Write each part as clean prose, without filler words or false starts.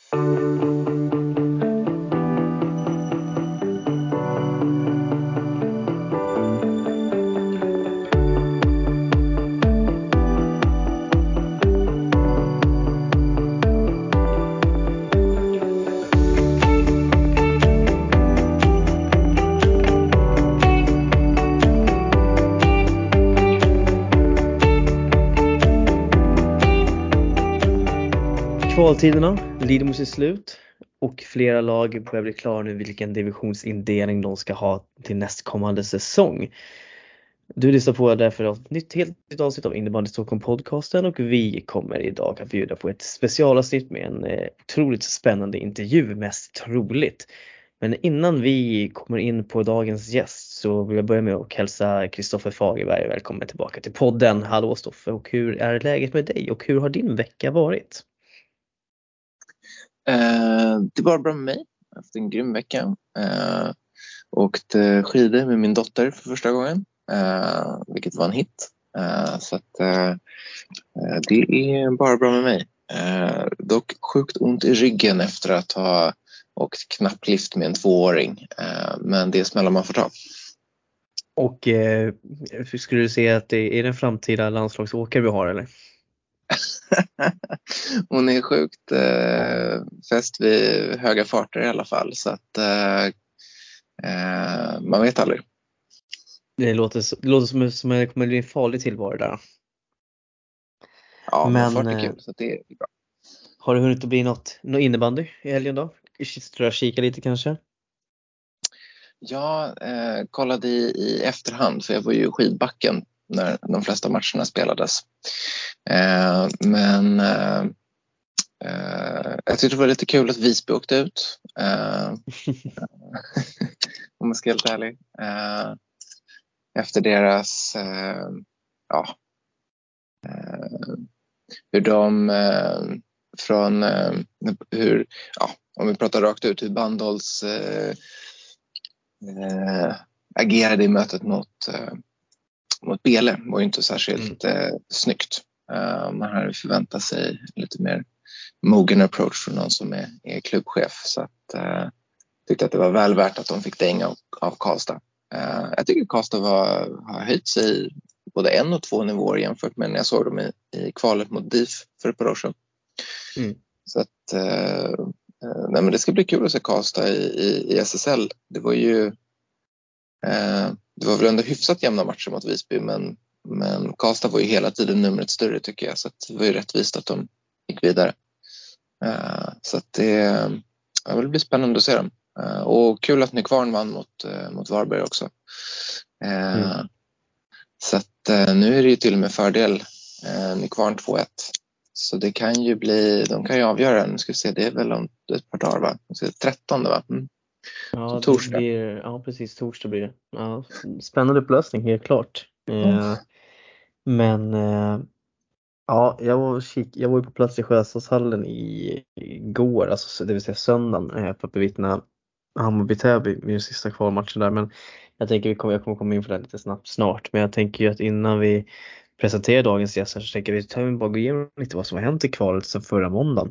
Kvaltiderna lider mot sitt slut och flera lag börjar bli klara nu vilken divisionsindelning de ska ha till nästkommande säsong. Du lyssnar på därför ett helt nytt avsnitt av Innebandy Stockholm podcasten, och vi kommer idag att bjuda på ett specialavsnitt med en otroligt spännande intervju, mest troligt. Men innan vi kommer in på dagens gäst så vill jag börja med att hälsa Kristoffer Fagerberg välkommen tillbaka till podden. Hallå Stoffe, och hur är läget med dig och hur har din vecka varit? Det var bra med mig. Jag har haft en grym vecka. Åkte skidor med min dotter för första gången. Vilket var en hit. Så att det är bara bra med mig. Dock sjukt ont i ryggen efter att ha åkt knapplift med en 2-åring. Men det smällar man får ta. Och hur skulle du säga att det är den framtida landslagsåkare vi har, eller? Hon är sjukt fäst vid höga farter i alla fall, så att man vet aldrig. Det låter som att det kommer bli en farlig tillvaro där. Ja, men fart är kul, så det är bra. Har du hunnit att bli något innebandy i helgen då? Tror jag kika lite kanske? Jag kollade i efterhand, för jag var ju i skidbacken när de flesta matcherna spelades. Men jag tyckte det var lite kul att Visby åkte ut. Om man ska helt ärlig. Efter deras hur de om vi pratar rakt ut, hur Bandholz agerade i mötet mot Bele var ju inte särskilt snyggt. Man hade förväntat sig lite mer mogen approach från någon som är klubbchef, så att tyckte att det var väl värt att de fick dänga av Karlstad. Jag tycker att Karlstad har höjt sig både 1 och 2 nivåer jämfört med när jag såg dem i kvalet mot DIF för ett par år sedan. Så att men det ska bli kul att se Karlstad i SSL. Det var väl ändå hyfsat jämna matcher mot Visby, men Karlstad var ju hela tiden numret större, tycker jag, så att det var ju rättvist att de gick vidare. Så att det blir spännande att se dem. Och kul att Nykvarn vann mot Varberg också. Så att nu är det ju till och med fördel Nykvarn 2-1. Så det kan ju bli, de kan ju avgöra. Nu ska vi se, det är väl om ett par dagar, va? 13, va? Ja, torsdag. Precis, torsdag blir det. Ja, spännande upplösning, helt klart. Men ja, jag var ju på plats i Sjöstadshallen igår, alltså det vill säga söndagen, för att bevittna Hammarby-Täby vid den sista kvalmatchen där. Men jag tänker jag kommer komma in för det lite snart. Men jag tänker ju att innan vi presenterar dagens gäster så tänker vi bara gå igenom lite vad som har hänt i kvalet sedan förra måndagen.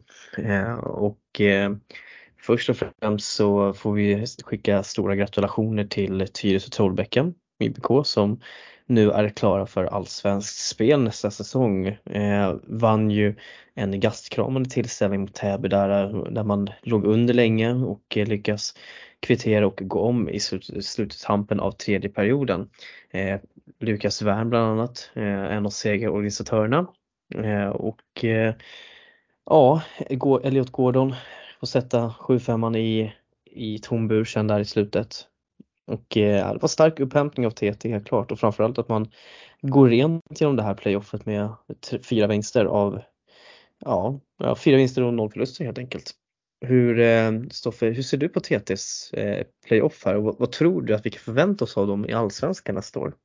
Först och främst så får vi skicka stora gratulationer till Tyresö Trollbäcken IBK, som nu är klara för allsvenskt spel nästa säsong. Vann ju en gastkramande tillställning mot Täby där man låg under länge och lyckas kvittera och gå om i sluttampen av tredje perioden. Lukas Wern bland annat, en av segerorganisatörerna. Elliot Gordon får sätta 7-5 i tombur sen där i slutet. Och det var stark upphämtning av TT, helt klart. Och framförallt att man går rent genom det här playoffet med 4 vinster av 4 vinster och 0 förluster helt enkelt. Stoffe, hur ser du på TTs playoff här? Och vad tror du att vi kan förvänta oss av dem i allsvenskan nästa år?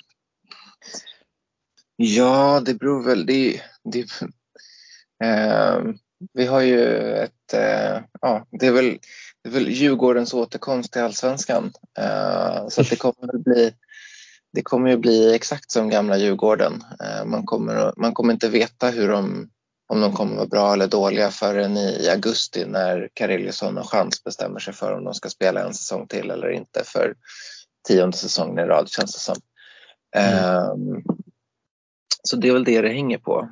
Ja, det beror väl... vi har ju det är väl Djurgårdens återkomst till allsvenskan. Så att det kommer ju bli exakt som gamla Djurgården. Man kommer inte veta hur de om de kommer vara bra eller dåliga förrän i augusti när Kareliusson och Chans bestämmer sig för om de ska spela en säsong till eller inte för 10:e säsongen i rad, känns det som. Så det är väl det hänger på.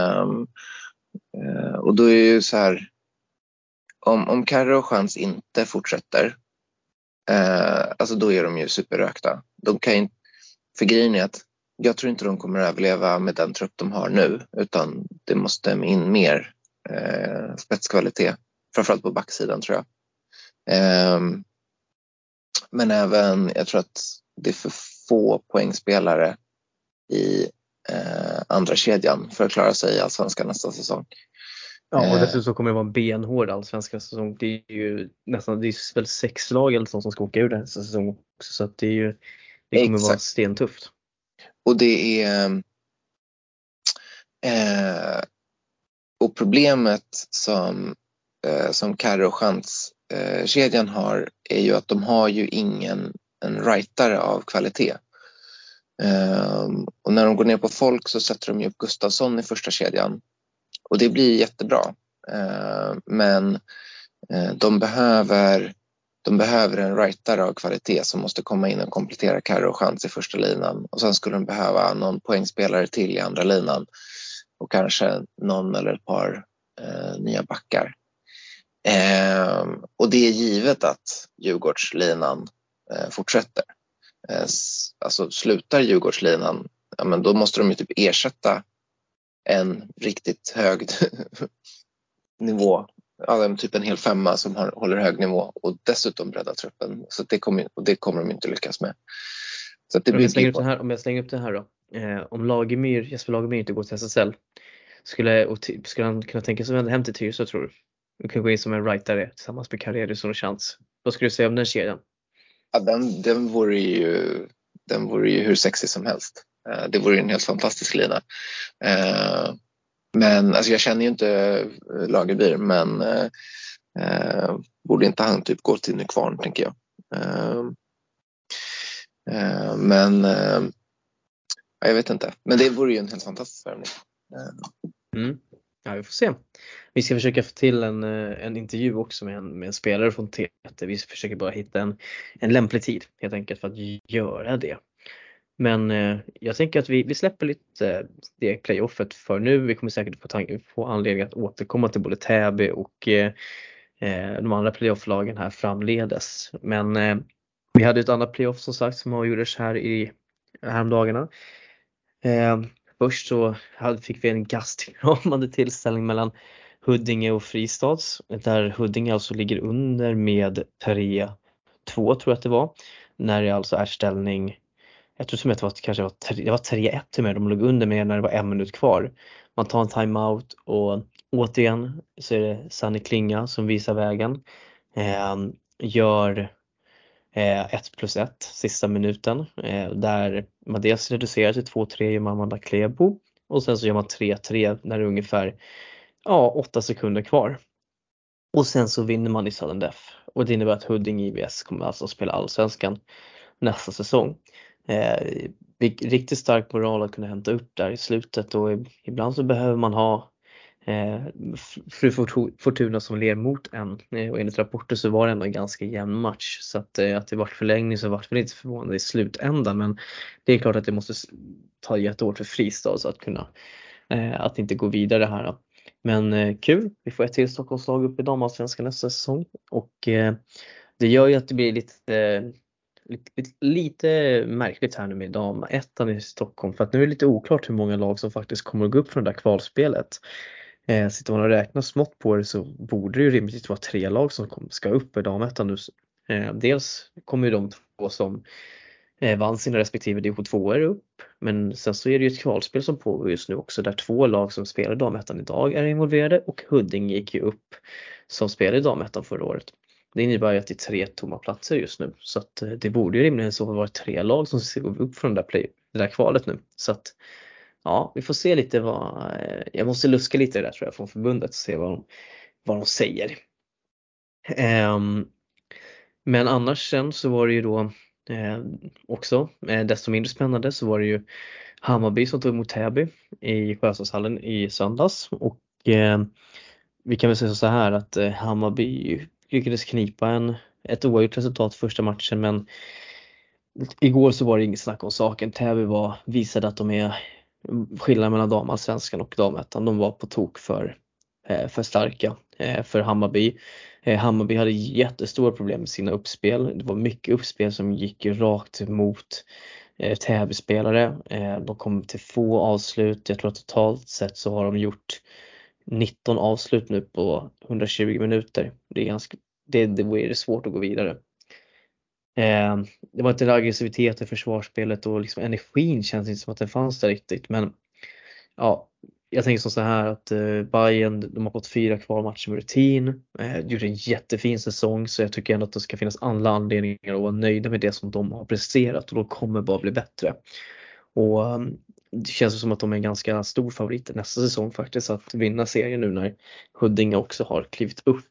Och då är det ju så här, om Karre och Chans inte fortsätter, alltså då är de ju superrökta. De kan ju, för grejen är att jag tror inte de kommer att överleva med den trupp de har nu, utan det måste in mer spetskvalitet, framförallt på backsidan tror jag. Men även, jag tror att det är för få poängspelare i andra kedjan för att klara sig i Allsvenskan nästa säsong. Ja, och dessutom kommer det vara en benhård allsvenska säsong. Det är ju nästan, det är väl 6 lag eller sånt som ska åka ur den här säsongen också, så att det kommer vara stentufft. Och det är och problemet som Karre och Chans kedjan har är ju att de har ju ingen en rightare av kvalitet. Och när de går ner på folk så sätter de ju upp Gustafsson i första kedjan. Och det blir jättebra. Men de behöver en rightare av kvalitet som måste komma in och komplettera Karre och Chans i första linan. Och sen skulle de behöva någon poängspelare till i andra linan. Och kanske någon eller ett par nya backar. Och det är givet att Djurgårdslinan fortsätter. Alltså slutar Djurgårdslinan, ja, men då måste de ju typ ersätta en riktigt hög nivå, ja, typ en hel 5 som håller hög nivå och dessutom bredda truppen. Så det kommer de inte lyckas med. Så att det om jag slänger upp det här då. Om Jesper Lagemyr inte går till SSL, skulle han kunna tänka sig att vända hem till Tyresö, tror du? Du kan gå in som en rightare tillsammans med Kareliusson och Chans. Vad skulle du säga om den kedjan? Ja, den vore ju hur sexig som helst. Det vore ju en helt fantastisk lina. Men alltså jag känner ju inte Lagerbyr, men borde inte han typ gå till Nykvarn, tänker jag. Men jag vet inte. Men det vore ju en helt fantastisk värvning. Ja, vi får se. Vi ska försöka få till en intervju också med en spelare från TT. Vi försöker bara hitta en lämplig tid helt enkelt för att göra det. Men jag tänker att vi släpper lite det playoffet för nu. Vi kommer säkert få anledning att återkomma till både Täby och de andra playofflagen här framledes. Men vi hade ett annat playoff som sagt som har gjorts här häromdagarna. Först så fick vi en gastkramande tillställning mellan Huddinge och Fristads, där Huddinge alltså ligger under med 3-2 tror jag att det var, när det alltså är ställning, jag tror som det var 3-1 till mig, de låg under med när det var 1 minut kvar. Man tar en timeout och återigen så är det Sanny Klinga som visar vägen, gör 1+1 sista minuten, där man dels reducerar till 2-3 i Amanda Klebo och sen så gör man 3-3 när det är ungefär 8 sekunder kvar. Och sen så vinner man i sudden death. Och det innebär att Huddinge IBS kommer alltså att spela Allsvenskan nästa säsong. Riktigt stark moral att kunna hämta upp där i slutet, och ibland så behöver man ha Fru Fortuna som ler mot en, och enligt rapporter så var det ändå en ganska jämn match, så att det var förlängning så var det inte förvånande i slutändan, men det är klart att det måste ta jätteår för Fristad så att kunna att inte gå vidare här då. Men kul, vi får ett till Stockholmslag upp i damallsvenskan nästa säsong, och det gör ju att det blir lite märkligt här nu med damettan i Stockholm, för att nu är det lite oklart hur många lag som faktiskt kommer att gå upp från det där kvalspelet. Sitter man och räknar smått på det så borde det ju rimligtvis vara 3 lag som ska upp i damettan nu. Dels kommer ju de 2 som vann sina respektive division 2 upp, men sen så är det ju ett kvalspel som pågår just nu också, där 2 lag som spelar damettan idag är involverade, och Huddinge gick ju upp som spelade i damettan förra året. Det innebär ju att det är 3 tomma platser just nu, så att det borde ju rimligen så vara 3 lag som ska gå upp från det där kvalet nu. Så att ja, vi får se lite jag måste luska lite där tror jag från förbundet och se vad de säger. Men annars sen så var det ju då också desto mindre spännande, så var det ju Hammarby som tog emot Täby i Sjöstadshallen i söndags, och vi kan väl säga så här att Hammarby lyckades knipa ett oavgjort resultat första matchen, men igår så var det inget snack om saken. Täby visade att de är skillnaden mellan damallsvenskan och damettan. De var på tok för starka för Hammarby. Hammarby hade jättestora problem med sina uppspel. Det var mycket uppspel som gick rakt mot Täby-spelare. De kom till få avslut. Jag tror att totalt sett så har de gjort 19 avslut nu på 120 minuter. Det är svårt att gå vidare. Det var inte en aggressivitet i försvarsspelet och liksom energin känns inte som att den fanns där riktigt. Men ja, jag tänker så här att Bayern, de har fått 4 kvalmatcher med rutin. Gjort en jättefin säsong, så jag tycker ändå att det ska finnas alla anledningar att vara nöjda med det som de har presterat, och då kommer bara bli bättre. Och det känns som att de är en ganska stor favorit nästa säsong faktiskt att vinna serien nu när Huddinge också har klivit upp.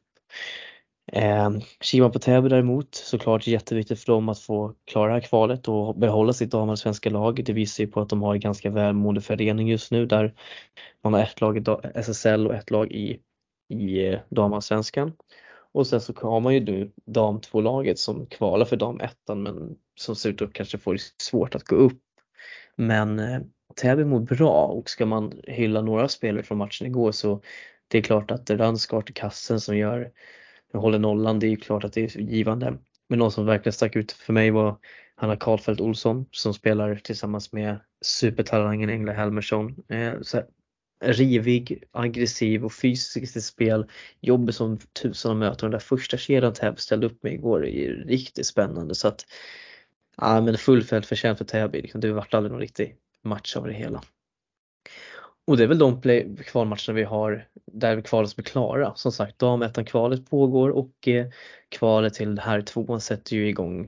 Kima på Täby däremot, såklart jätteviktigt för dem att få klara det här kvalet och behålla sitt damallsvenska lag. Det visar ju på att de har en ganska välmående förening just nu, där man har ett lag i SSL och ett lag i damallsvenskan. Och sen så har man ju nu dam 2-laget som kvalar för dam 1, men som ser ut att kanske få svårt att gå upp. Men Täby mår bra, och ska man hylla några spelare från matchen igår, så det är klart att Randskart i kassen som håller nollan, det är ju klart att det är givande. Men någon som verkligen stack ut för mig var Hanna Karlfeldt Olsson, som spelar tillsammans med supertalangen Engla Helmersson. Så rivig, aggressiv och fysisk i spel. Jobbet som tusan att möta. Den där första kedjan Täby ställde upp med igår är riktigt spännande. Så att men fullfällt förtjänt för Täby. Det har varit aldrig någon riktig match av det hela. Och det är väl de kvalmatcherna vi har där vi kvalet som är klara. Som sagt, damettan kvalet pågår, och kvalet till det här 2 sätter ju igång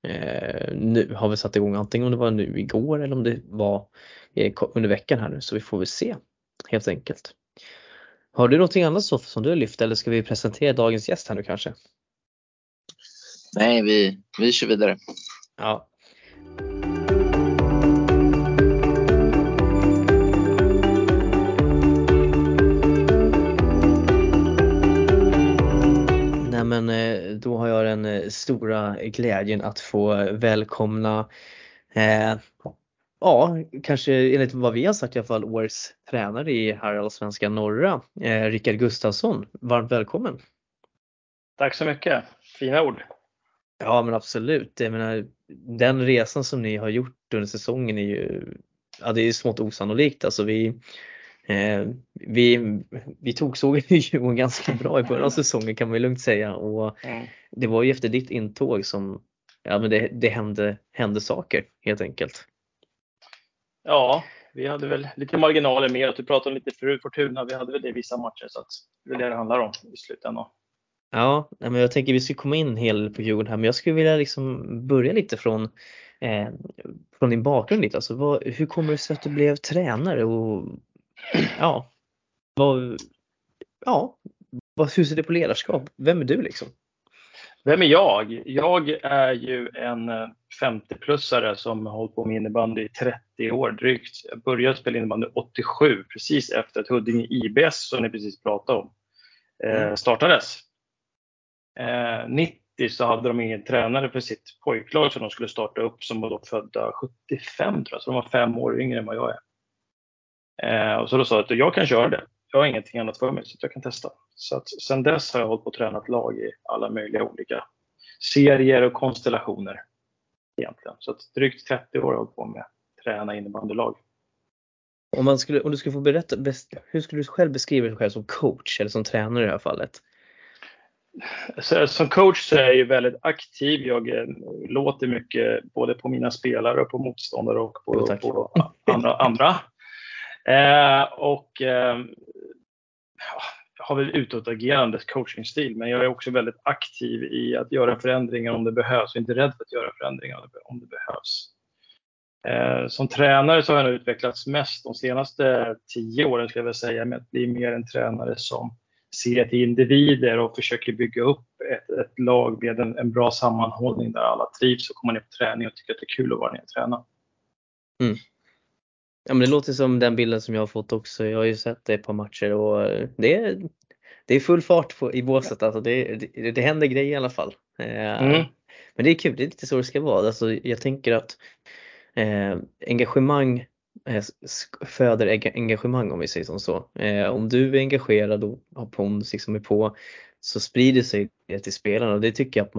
nu. Har vi satt igång antingen om det var nu igår eller om det var under veckan här nu. Så vi får väl se helt enkelt. Har du någonting annat som du har lyft, eller ska vi presentera dagens gäst här nu kanske? Nej, vi kör vidare. Ja. Men då har jag den stora glädjen att få välkomna kanske enligt vad vi har sagt i alla fall årets tränare i herrallsvenska norra, Rickard Gustafsson. Varmt välkommen. Tack så mycket, fina ord. Ja, men absolut. Jag menar, den resan som ni har gjort under säsongen är ju, det är smått osannolikt. Alltså vi såg ju ganska bra i början av säsongen, kan man ju lugnt säga, och det var ju efter ditt intåg som men det hände saker helt enkelt. Ja, vi hade väl lite marginaler med, att du pratade om lite förut Fortuna, vi hade väl det i vissa matcher, så att det är det handlar om i slutändan. Ja, men jag tänker vi ska komma in hela på Djurgården här, men jag skulle vilja liksom börja lite från din bakgrund lite. Alltså, hur kommer det sig att du blev tränare, och hur ser det på ledarskap? Vem är du liksom? Vem är jag? Jag är ju en 50-plussare som har hållit på med innebandy i 30 år drygt. Jag började spela innebandy 87, precis efter att Huddinge IBS, som ni precis pratade om, startades. 90 så hade de ingen tränare för sitt pojklag som de skulle starta upp, som var då födda 75 tror jag, så de var 5 år yngre än vad jag är. Och så då sa jag att jag kan köra det. Jag har ingenting annat för mig, så jag kan testa. Så att sen dess har jag hållit på att träna ett lag i alla möjliga olika serier och konstellationer egentligen. Så att drygt 30 år har jag hållit på med att träna innebandylag. Om du skulle få berätta, hur skulle du själv beskriva dig själv som coach eller som tränare i det här fallet? Så, som coach så är jag ju väldigt aktiv. Jag låter mycket både på mina spelare och på motståndare och på andra. Jag har väl utåtagerande coachingstil, men jag är också väldigt aktiv i att göra förändringar om det behövs, och inte rädd för att göra förändringar om det behövs. Som tränare så har jag utvecklats mest de senaste 10 åren, ska jag väl säga, med att bli mer en tränare som ser till individer och försöker bygga upp ett lag med en bra sammanhållning där alla trivs och kommer ner på träning och tycker att det är kul att vara ner och träna. Ja, men det låter som den bilden som jag har fått också. Jag har ju sett det på matcher och det är full fart i båset. Alltså det händer grejer i alla fall. Men det är kul, det är lite så det ska vara. Alltså, jag tänker att engagemang föder engagemang, om vi säger som så. Om du är engagerad och har pondus liksom är på, så sprider sig det till spelarna, och det tycker jag att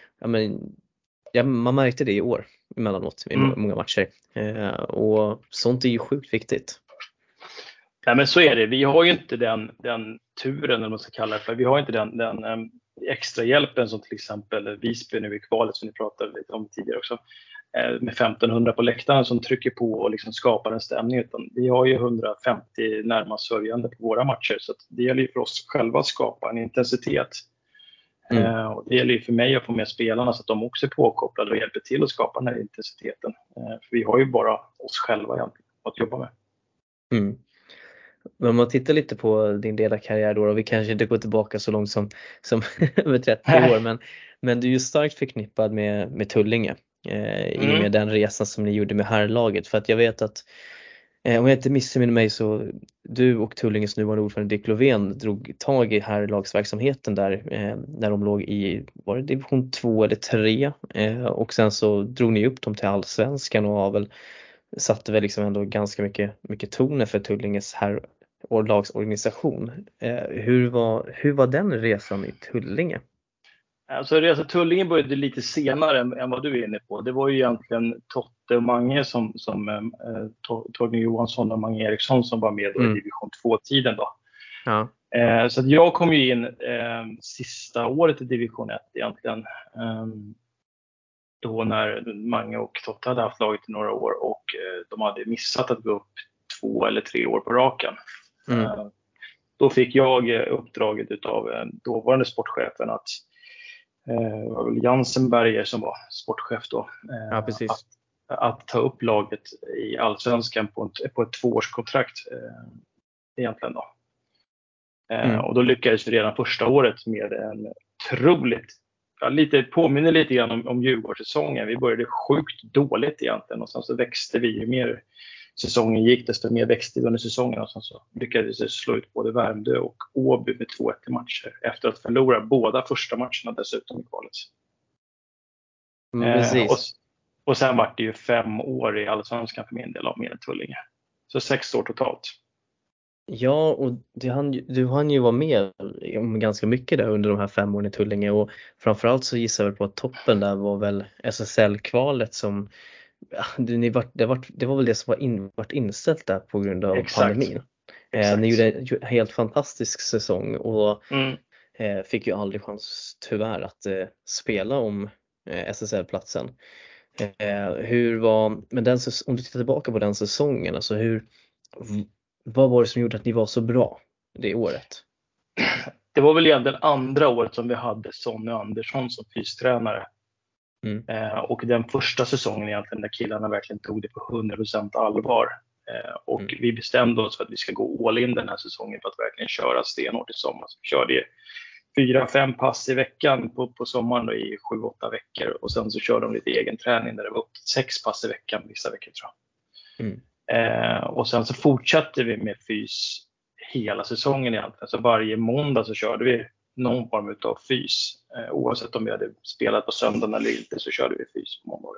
man märkte det i år emellanåt i många matcher. Och sånt är ju sjukt viktigt. Ja, men så är det. Vi har ju inte den turen, eller man ska kalla det för. Vi har inte den extra hjälpen som till exempel Visby nu i kvalet, som ni pratade lite om tidigare också. Med 1500 på läktaren som trycker på och liksom skapar en stämning. Utan vi har ju 150 närmast sörjande på våra matcher. Så att det gäller ju för oss själva att skapa en intensitet. Och det gäller ju för mig att få med spelarna så att de också är påkopplade och hjälper till att skapa den här intensiteten. För vi har ju bara oss själva egentligen att jobba med. Men om man tittar lite på din ledarkarriär då, och vi kanske inte går tillbaka så långt som över 30 år, men du är ju starkt förknippad med Tullinge i och med den resan som ni gjorde med herrlaget. För att jag vet att, om jag inte missminner mig, så du och Tullinges nuvarande ordförande Dick Lovén drog tag i herrlagsverksamheten där när de låg i, var det division 2 eller 3, och sen så drog ni upp dem till allsvenskan och satte väl liksom ändå ganska mycket toner för Tullinges herrlagsorganisation. Hur var den resan i Tullinge? Alltså resan Tullinge började lite senare än vad du är inne på. Det var ju egentligen Totte och Mange som Torgny Johansson och Mange Eriksson som var med då i division 2-tiden då. Ja. Så att jag kom ju in sista året i division 1 egentligen. Då när Mange och Totte hade haft laget i några år och de hade missat att gå upp 2 eller 3 år på raken. Då fick jag uppdraget utav dåvarande sportchefen att Jansenberger som var sportchef då, att ta upp laget i allsvenskan på ett 2-årskontrakt egentligen då. Och då lyckades vi redan första året med en otroligt, påminner lite grann om Djurgårdssäsongen. Vi började sjukt dåligt egentligen och sen så växte vi, ju mer säsongen gick desto mer växte vi under säsongen, och sen så lyckades vi slå ut både Värmdö och Åby med 2-1 matcher efter att förlora båda första matcherna dessutom i kvalet. Och sen var det ju 5 år i allsvenskan för min del av med Tullinge. Så 6 år totalt. Ja, och du hann ju vara med om ganska mycket där under de här 5 åren i Tullinge, och framförallt så gissar jag på att toppen där var väl SSL-kvalet som det var väl det som var inställt där på grund av pandemin. Ni gjorde en helt fantastisk säsong och fick ju aldrig chans tyvärr att spela om SSL-platsen. Om du tittar tillbaka på den säsongen, alltså vad var det som gjorde att ni var så bra det året? Det var väl egentligen andra året som vi hade Sonny Andersson som fystränare. Och den första säsongen egentligen där killarna verkligen tog det på 100% allvar. Och vi bestämde oss för att vi ska gå all in den här säsongen för att verkligen köra stenhårt i sommar. Så vi körde 4-5 pass i veckan på sommaren då, i 7-8 veckor. Och sen så körde de lite egen träning där det var upp till 6 pass i veckan vissa veckor tror jag. Och sen så fortsatte vi med fys hela säsongen egentligen. Så varje måndag så körde vi någon form av fys. Oavsett om vi hade spelat på söndagen eller inte så körde vi fys på måndagar.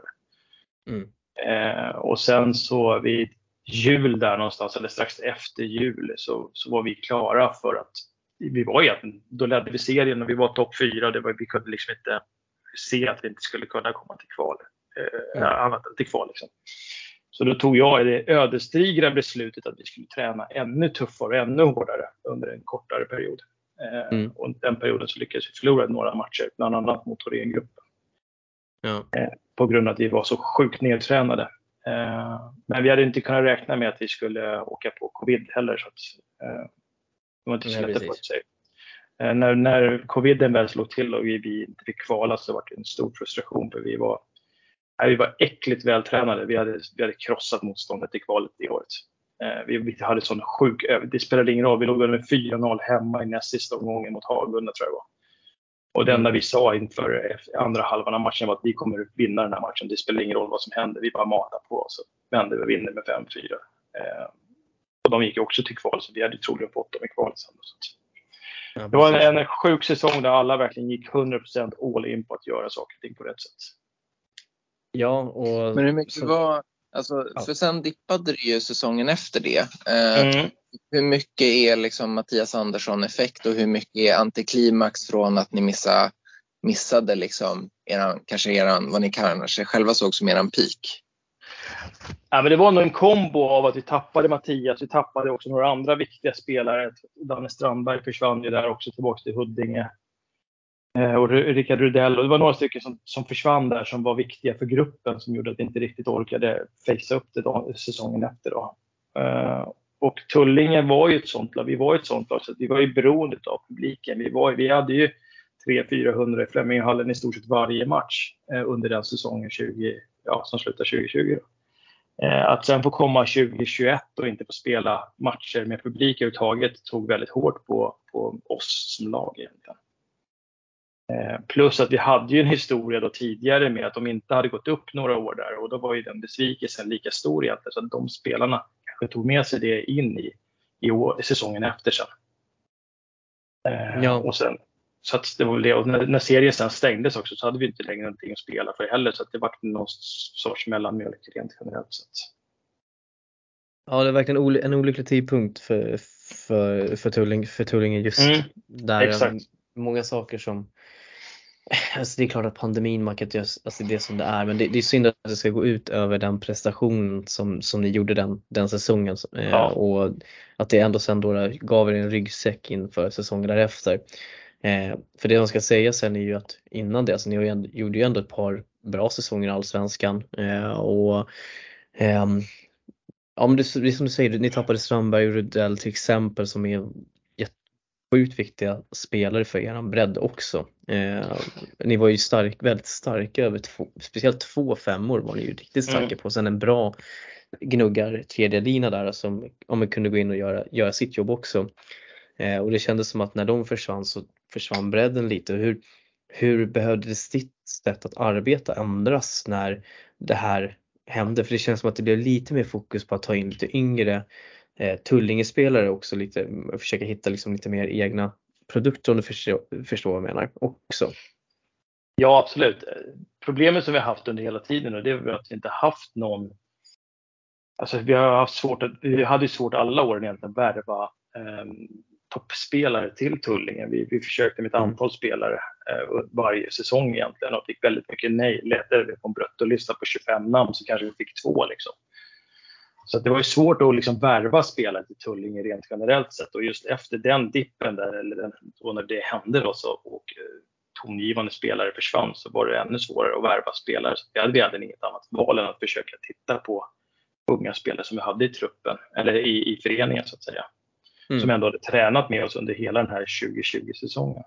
Och sen så vid jul där någonstans, eller strax efter jul, så var vi klara för att vi var egentligen, då ledde vi serien och vi var topp 4. Vi kunde liksom inte se att vi inte skulle kunna komma till kval. Annat än till kval liksom. Så då tog jag det ödesdigra beslutet att vi skulle träna ännu tuffare och ännu hårdare under en kortare period. Och den perioden så lyckades vi förlora några matcher, bland annat mot Thorengruppen. På grund av att vi var så sjukt nedtränade. Men vi hade inte kunnat räkna med att vi skulle åka på covid heller. Så att, det var inte så lätt att sig. När coviden väl slog till och vi inte fick kvala så var det en stor frustration. För vi var äckligt vältränade. Vi hade krossat motståndet i kvalet i året. Vi hade sån sjuk, det spelade ingen roll. Vi låg med 4-0 hemma i näst sista omgången mot Hagunda tror jag var. Och det enda vi sa inför andra halvan av matchen var att vi kommer vinna den här matchen. Det spelar ingen roll vad som händer. Vi bara matar på oss. Vänder vi vinner med 5-4. Och de gick ju också till kval, så vi hade troligen fått dem i kval sen. Ja, det var en sjuk säsong där alla verkligen gick 100% all in på att göra saker och ting på rätt sätt. Ja, och men hur mycket var, alltså, för sen dippade det ju säsongen efter det. Hur mycket är liksom Mattias Andersson-effekt och hur mycket är antiklimax från att ni missade liksom vad ni kanske själva såg som eran peak? Ja, men det var nog en kombo av att vi tappade Mattias, vi tappade också några andra viktiga spelare. Danne Strandberg försvann ju där också tillbaka till Huddinge. Och Rickard Rudell, och det var några stycken som försvann där som var viktiga för gruppen, som gjorde att vi inte riktigt orkade facea upp det säsongen efter då. Och Tullinge var ju ett sånt lag, vi var ett sånt lag, så vi var ju beroende av publiken. Vi hade ju 300-400 i Fleminghallen i stort sett varje match under den säsongen som slutar 2020 då. Att sen få komma 2021 och inte få spela matcher med publik överhuvudtaget tog väldigt hårt på oss som lag egentligen. Plus att vi hade ju en historia då tidigare med att de inte hade gått upp några år där, och då var ju den besvikelsen lika stor egentligen, så att de spelarna kanske tog med sig det in i säsongen efter sen. Och sen så att det var det, och när serien sen stängdes också så hade vi inte längre någonting att spela för heller, så att det var någon sorts mellanmjölk rent generellt sett. Ja, det är verkligen en olycklig tidpunkt för Tullinge just där. Exakt. Många saker som, alltså det är klart att pandemin, man kan inte göra, alltså det som det är, men det är synd att det ska gå ut över den prestation som ni gjorde den säsongen. Och att det ändå sen då gav er en ryggsäck inför säsongen därefter. För det man ska säga sen är ju att innan det, alltså ni gjorde ju ändå ett par bra säsonger i Allsvenskan, och ja, men det är som du säger, ni tappade Strandberg och Rudell till exempel, som är sjukt viktiga spelare för er bredd också. Ni var ju väldigt starka över speciellt 2 femmor var ni ju riktigt starka på. Sen en bra gnuggar tredje lina där som om man kunde gå in och göra sitt jobb också. Och det kändes som att när de försvann så försvann bredden lite. Hur behövde ditt sätt att arbeta ändras när det här hände? För det känns som att det blev lite mer fokus på att ta in lite yngre Tullinge-spelare också, lite försöka hitta liksom lite mer egna produkter, om du förstår vad jag menar också. Ja, absolut. Problemet som vi har haft under hela tiden, och det är att vi inte haft någon, alltså vi hade svårt alla år egentligen att värva toppspelare till Tullinge. Vi försökte med ett antal spelare varje säsong egentligen och fick väldigt mycket nej. Letade vi på en bruttolista på 25 namn så kanske vi fick 2 liksom. Så det var ju svårt att liksom värva spelare till Tullinge rent generellt sett, och just efter den dippen där, och när det hände då och tongivande spelare försvann, så var det ännu svårare att värva spelare. Så vi hade inget annat val än att försöka titta på unga spelare som vi hade i truppen eller i föreningen så att säga. Som ändå hade tränat med oss under hela den här 2020-säsongen.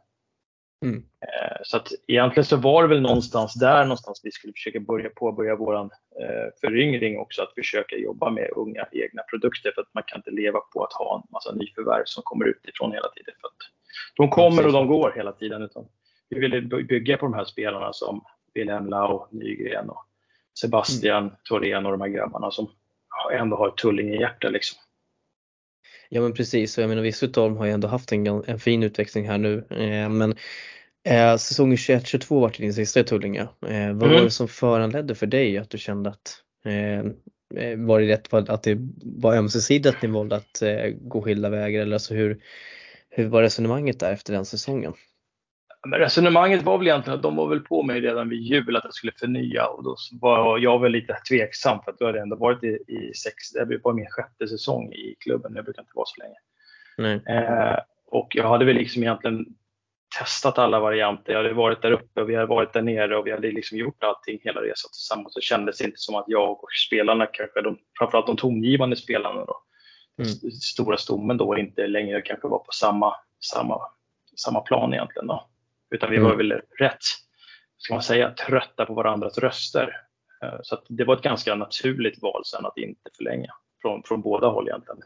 Så att egentligen så var det väl någonstans vi skulle försöka påbörja våran föryngring också, att försöka jobba med unga egna produkter, för att man kan inte leva på att ha en massa nyförvärv som kommer utifrån hela tiden, för att de kommer och de går hela tiden, utan vi ville bygga på de här spelarna som Wilhelm Lau, Nygren och Sebastian Thorén och de här grabbarna som ändå har ett Tullinge-hjärta liksom. Ja, men precis, så jag menar vissa utav dem har ju ändå haft en fin utväxling här nu, men säsongen 21-22 var till din sista i Tullinge. Vad var det som föranledde för dig att du kände att var det rätt att det var ömsesidigt att ni valde att gå skilda vägar, eller alltså hur var resonemanget där efter den säsongen? Men resonemanget var väl egentligen att de var väl på mig redan vid jul att jag skulle förnya, och då var jag väl lite tveksam, för att då hade jag ändå varit det var min 6:e säsong i klubben, jag brukar inte vara så länge. Och jag hade väl liksom egentligen testat alla varianter. Jag hade varit där uppe och vi hade varit där nere och vi hade liksom gjort allting hela resan tillsammans. Så kändes det inte som att jag och spelarna, kanske framförallt de tongivande spelarna då, stora stommen då, inte längre kanske var på samma plan egentligen då. Utan vi var väl rätt, ska man säga, trötta på varandras röster. Så att det var ett ganska naturligt val sen att inte förlänga från båda håll egentligen.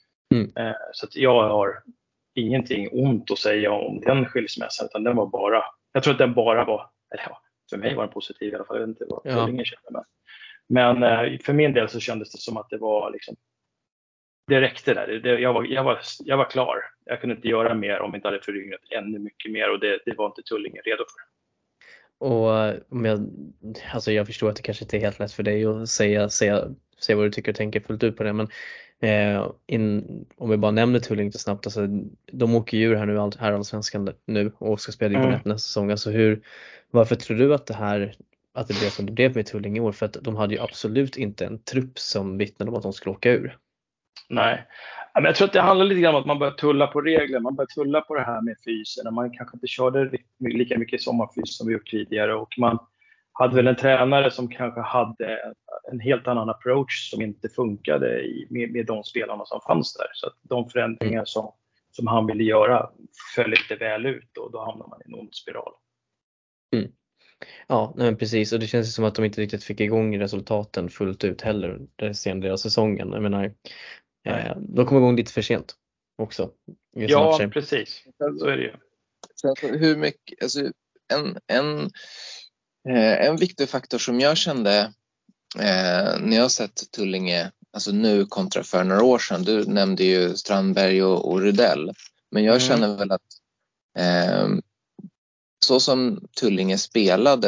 Så att jag har ingenting ont att säga om den skilsmässan, utan den var bara, jag tror att den bara var, eller ja, för mig var den positiv i alla fall, jag vet inte vad Tullinge kände, men för min del så kändes det som att det var liksom det räckte där. Jag var klar. Jag kunde inte göra mer om jag inte hade föryngrat ännu mycket mer, och det var inte Tullinge redo för. Och jag förstår att det kanske inte är helt lätt för dig att säga vad du tycker och tänker fullt ut på det, men om vi bara nämner Tullinge lite snabbt, alltså, de åker ju ur här nu, Allsvenskan nu, och ska spela division 1 nästa säsong. Alltså varför tror du att det blev som det blev med Tullinge i år? För att de hade ju absolut inte en trupp som vittnade om att de skulle åka ur. Nej, men jag tror att det handlar lite grann om att man börjar tulla på regler. Man börjar tulla på det här med fysen. Man kanske inte körde lika mycket sommarfys som vi gjort tidigare. Och man hade väl en tränare som kanske hade en helt annan approach som inte funkade med de spelarna som fanns där. Så att de förändringar som han ville göra föll inte väl ut, och då hamnar man i en ond spiral. Mm. Ja, men precis. Och det känns som att de inte riktigt fick igång resultaten fullt ut heller den senare säsongen. Jag menar, de kom igång lite för sent också. Ja, precis. Så är det ju. Så hur mycket, alltså, en viktig faktor som jag kände när jag sett Tullinge, alltså nu kontra för några år sedan, du nämnde ju Strandberg och Rydell, men jag känner väl att så som Tullinge spelade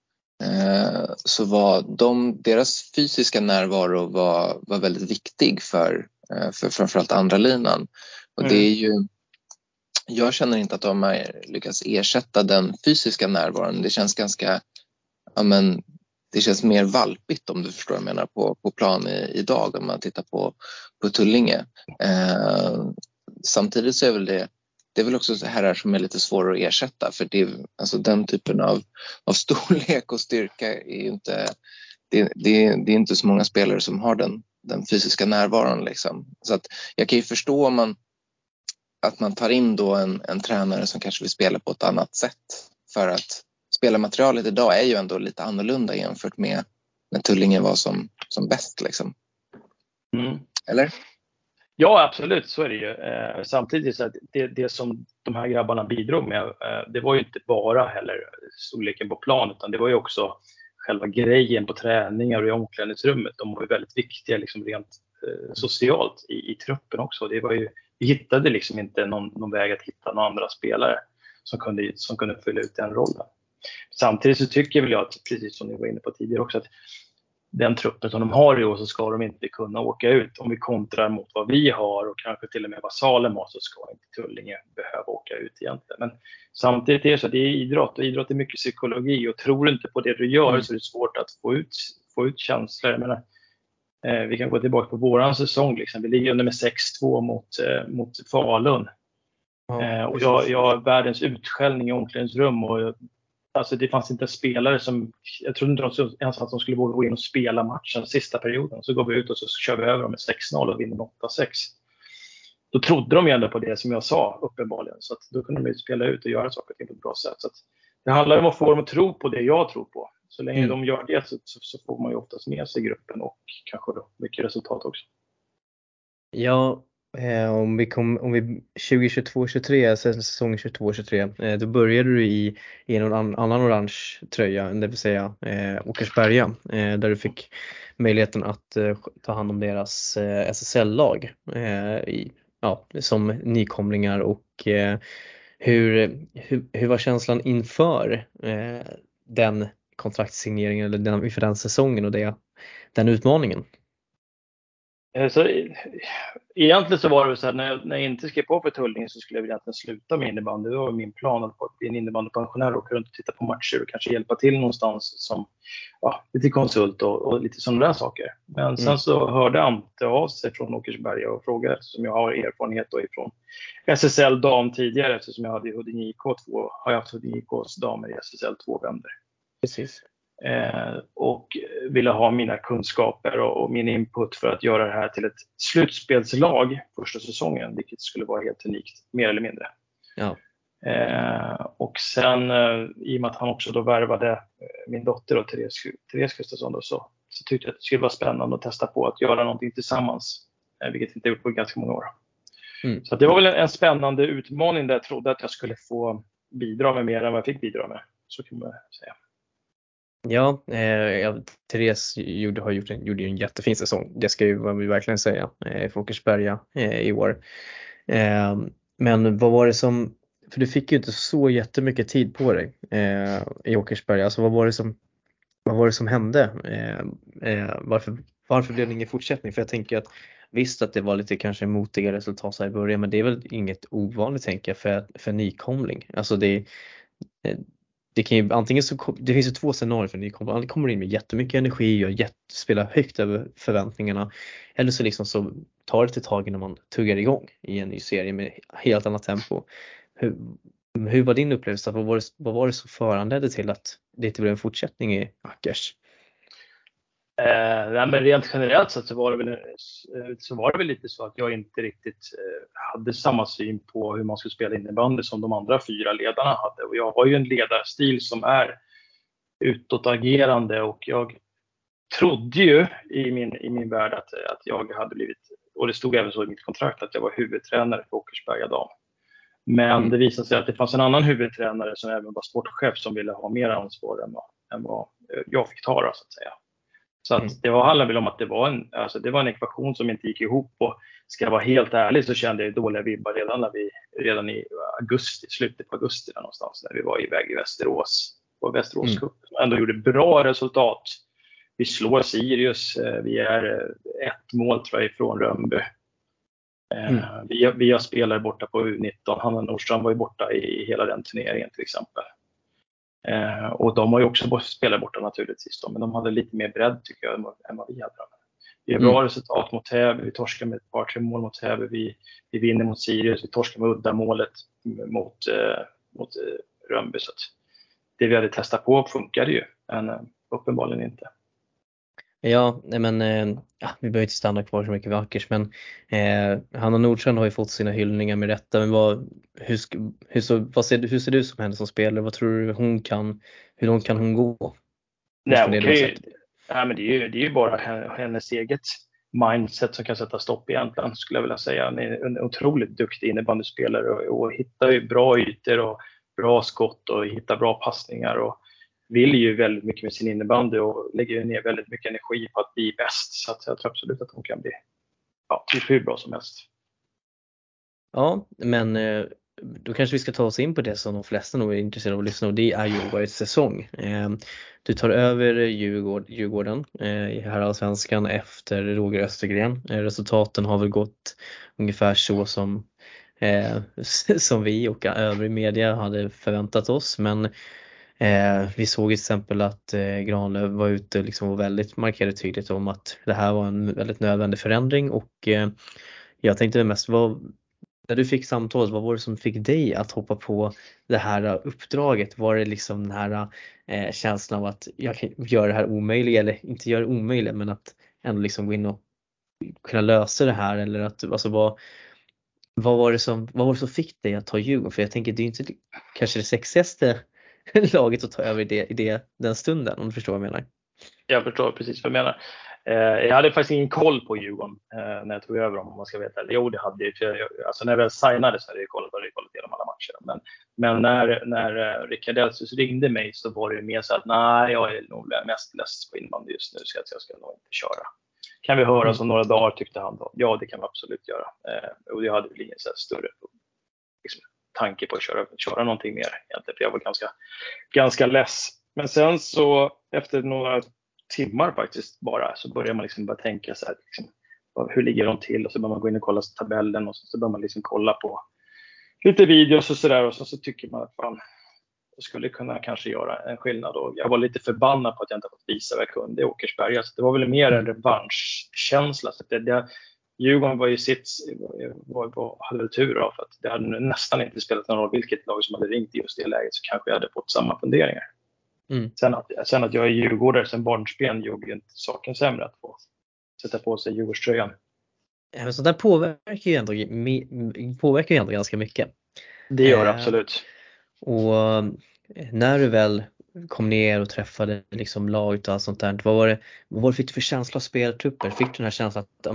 så var deras fysiska närvaro var väldigt viktig för framförallt andra linan. Och det är ju, jag känner inte att de har lyckats ersätta den fysiska närvaron. Det känns ganska, det känns mer valpigt, om du förstår vad jag menar, på plan idag om man tittar på Tullinge. Samtidigt så är väl det är väl också så här som är lite svårare att ersätta, för det, alltså den typen av storlek och styrka är ju inte, det är inte så många spelare som har den fysiska närvaron liksom. Så att jag kan ju förstå att man tar in då en tränare som kanske vill spela på ett annat sätt, för att spelarmaterialet idag är ju ändå lite annorlunda jämfört med när Tullinge var som bäst liksom. Eller? Ja, absolut, så är det ju. Samtidigt så att det som de här grabbarna bidrog med, det var ju inte bara heller storleken på plan, utan det var ju också själva grejen på träningar och i omklädningsrummet. De var ju väldigt viktiga liksom rent socialt i truppen också. Det var ju, vi hittade liksom inte någon väg att hitta några andra spelare som kunde fylla ut den rollen. Samtidigt så tycker väl jag att, precis som ni var inne på tidigare också, att den truppen som de har i år, så ska de inte kunna åka ut. Om vi kontrar mot vad vi har och kanske till och med vad Salem har, så ska inte Tullinge behöva åka ut egentligen. Men samtidigt är det så att det är idrott, och idrott är mycket psykologi, och tror du inte på det du gör så är det svårt att få ut känslor. Jag menar, vi kan gå tillbaka på våran säsong liksom. Vi ligger under med 6-2 mot Falun. Och jag har världens utskällning i omklädningsrum, och alltså det fanns inte en spelare som, jag trodde inte ens att de skulle våga gå in och spela matchen sista perioden. Så går vi ut och så kör vi över dem med 6-0 och vinner 8-6. Då trodde de ju ändå på det som jag sa uppenbarligen. Så att då kunde de ju spela ut och göra saker på ett bra sätt. Så att det handlar om att få dem att tro på det jag tror på. Så länge de gör det så får man ju oftast med sig gruppen, och kanske då mycket resultat också. Ja, om vi 2022-23, säsong 22-23, då började du i en annan orange tröja, det vill säga Åkersberga, där du fick möjligheten att ta hand om deras SSL-lag som nykomlingar. Och hur var känslan inför den kontraktssigneringen, eller inför den säsongen och den utmaningen? Så, egentligen så var det så här, när jag inte skrev på för Tullinge så skulle jag egentligen sluta med innebandy. Det var min plan att bli en innebandypensionär och runt och titta på matcher och kanske hjälpa till någonstans som lite konsult och lite sådana där saker. Men sen så hörde Ante av sig från Åkersberga och frågade, eftersom jag har erfarenhet då ifrån SSL dam tidigare, eftersom jag hade Huddinge IK 2, har jag haft Huddinge IKs damer i SSL 2 vänder. Precis. Och ville ha mina kunskaper och min input för att göra det här till ett slutspelslag första säsongen, vilket skulle vara helt unikt, mer eller mindre. Ja. Och sen i och med att han också då värvade min dotter då, Therese Gustafsson då, så tyckte jag att det skulle vara spännande att testa på att göra någonting tillsammans, vilket jag inte gjort på ganska många år. Så det var väl en spännande utmaning där jag trodde att jag skulle få bidra med mer än vad jag fick bidra med, så kan man säga. Ja, Therese gjorde ju en jättefin säsong. Det ska ju man verkligen säga. För Åkersberga i år. Men vad var det som, för du fick ju inte så jättemycket tid på dig i Åkersberga. Alltså vad var det som hände? Varför blev det ingen fortsättning? För jag tänker att visst att det var lite kanske motiga resultat så här i början, men det är väl inget ovanligt tänker jag för nykomling. Alltså det kan ju antingen det finns ju två scenarier för nykomling. Antingen kommer in med jättemycket energi och spelar högt över förväntningarna, eller så liksom så tar det ett tag innan man tuggar igång i en ny serie med helt annat tempo. Hur var din upplevelse? Vad var det som föranledde till att det inte blev en fortsättning i Ackers? Nej, men rent generellt så var det väl lite så att jag inte riktigt hade samma syn på hur man skulle spela innebandy som de andra 4 ledarna hade. Och jag har ju en ledarstil som är utåtagerande, och jag trodde ju i min värld att jag hade blivit, och det stod även så i mitt kontrakt, att jag var huvudtränare för Åkersberga dam. Men det visade sig att det fanns en annan huvudtränare som även var sportchef som ville ha mer ansvar än vad jag fick ta, så att säga. Så att det handlade väl om att det var en ekvation som inte gick ihop, och ska jag vara helt ärlig så kände jag dåliga vibbar redan i augusti, slutet på augusti där någonstans, när vi var iväg i Västerås på Västerås Cup. Ändå gjorde bra resultat. Vi slår Sirius, vi är 1 mål tror jag ifrån Rönnby. Vi har spelare borta på U19. Hanna Nordström var ju borta i hela den turneringen till exempel. Och de har ju också spelare borta naturligtvis, men de hade lite mer bredd tycker jag än vad vi hade. Vi har bra resultat mot Täby, vi torskar med ett par 3 mål mot Täby, vi vinner mot Sirius, vi torskar med uddamålet mot Rönnby. Så att det vi hade testat på funkade ju, men uppenbarligen inte. Ja, men vi behöver inte stanna kvar så mycket vid Ackers, men Hanna Nordström har ju fått sina hyllningar med rätta, men hur ser du som henne som spelare? Vad tror du hur långt kan hon gå? Nej, men det är ju bara hennes eget mindset som kan sätta stopp egentligen, skulle jag vilja säga. Hon är en otroligt duktig innebandyspelare och hittar ju bra ytor och bra skott och hittar bra passningar, och vill ju väldigt mycket med sin innebandy och lägger ner väldigt mycket energi på att bli bäst. Så att jag tror absolut att hon kan bli typ hur bra som helst. Ja, men då kanske vi ska ta oss in på det som de flesta nog är intresserade av att lyssna, och det är ju årets säsong. Du tar över Djurgården i herrallsvenskan efter Roger Östergren. Resultaten har väl gått ungefär så som vi och övrig media hade förväntat oss, men vi såg till exempel att Granlöf var ute liksom och väldigt markerade tydligt om att det här var en väldigt nödvändig förändring, och jag tänkte mest, när du fick samtalet, vad var det som fick dig att hoppa på det här uppdraget? Var det liksom den här känslan av att jag kan göra det här omöjliga, eller inte göra det omöjligt, men att ändå liksom gå in och kunna lösa det här, eller att alltså vad var det som fick dig att ta Djurgården? För jag tänker det är inte kanske det sexigaste laget att ta över i den stunden, om du förstår vad jag menar. Jag förstår precis vad jag menar. Jag hade faktiskt ingen koll på Djurgården när jag tog över dem, om man ska veta. Jo, det hade jag. Alltså när jag signade så hade jag kollat igenom alla matcher. Men när Rickard Elsus ringde mig så var det mer så att nej, jag är nog mest less på innebandy just nu, så att jag ska nog inte köra. Kan vi höra om några dagar, tyckte han då. Ja, det kan vi absolut göra. Och jag hade väl ingen så här större tanke på att köra någonting mer egentligen, för jag var ganska less. Men sen så efter några timmar faktiskt så börjar man liksom bara tänka så här, liksom, hur ligger de till, och så börjar man gå in och kolla tabellen, och så börjar man liksom kolla på lite videos och sådär, och så tycker man att fan, jag skulle kunna kanske göra en skillnad, och jag var lite förbannad på att jag inte fått visa vad jag kunde i Åkersberga, så det var väl mer en revanschkänsla. Så Djurgården var ju hade väl tur av, för att det hade nästan inte spelat någon roll vilket lag som hade ringt i just det läget, så kanske jag hade fått samma funderingar. Sen att jag är djurgårdare sen barnsben gjorde ju inte saken sämre att få sätta på sig Djurgårdströjan. Ja, men så där påverkar ju ändå ganska mycket. Det gör det absolut. Och när du väl kom ner och träffade liksom laget och allt sånt där, vad fick du för känsla av speltrupper? Fick du den här känslan att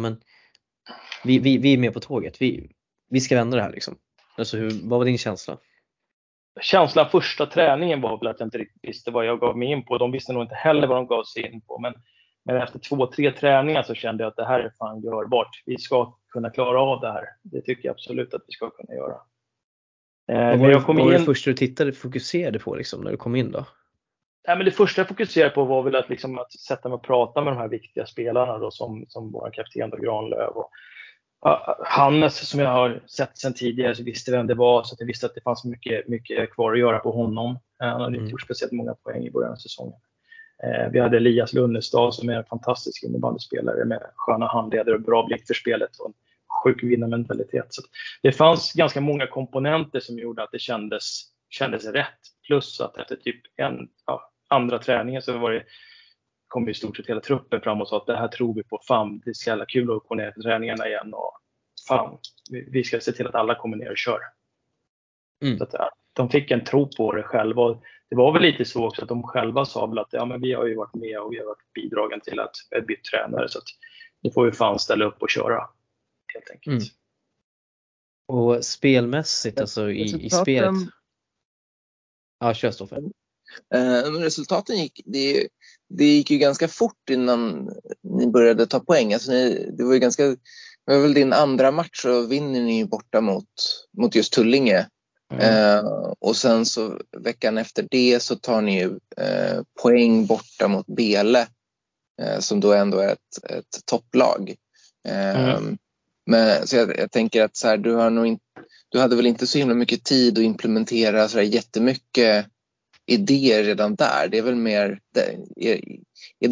vi är med på tåget, vi ska vända det här liksom? Alltså vad var din känsla? känslan första träningen var väl att jag inte riktigt visste vad jag gav mig in på. De visste nog inte heller vad de gav sig in på. Men efter 2-3 träningar så kände jag att det här är fan görbart. Vi ska kunna klara av det här. Det tycker jag absolut att vi ska kunna göra. Vad var det första du fokuserade på liksom, när du kom in då? Ja, men det första jag fokuserade på var väl att, liksom, att sätta mig och prata med de här viktiga spelarna då, som vår kapten då, Granlöf och Hannes, som jag har sett sedan tidigare, så visste vem det var, så att jag visste att det fanns mycket kvar att göra på honom. Han hade inte gjort speciellt många poäng i början av säsongen. Vi hade Elias Lunnestad som är en fantastisk innebandyspelare med sköna handledare och bra blick för spelet och en sjuk vinnarmentalitet. Så det fanns ganska många komponenter som gjorde att det kändes rätt. Plus att efter typ andra träningen så kom i stort sett hela truppen fram och sa att det här tror vi på. Fan, det är så jävla kul att gå ner till träningarna igen. Och fan, vi ska se till att alla kommer ner och kör. Så att de fick en tro på det själva. Och det var väl lite så också att de själva sa väl att men vi har ju varit med och vi har varit bidragen till att vi bytt tränare. Så att nu får vi fan ställa upp och köra. Helt enkelt. Och spelmässigt, alltså i spelet. Ja, kör Stoffe. Resultaten det gick ju ganska fort innan ni började ta poäng. Alltså det var väl din andra match, så vinner ni ju borta mot just Tullinge. Och sen så veckan efter det så tar ni ju poäng borta mot Bele, som då ändå är ett topplag. Men så jag tänker att så här, du hade väl inte så himla mycket tid att implementera så här jättemycket idéer redan där. Det är väl mer är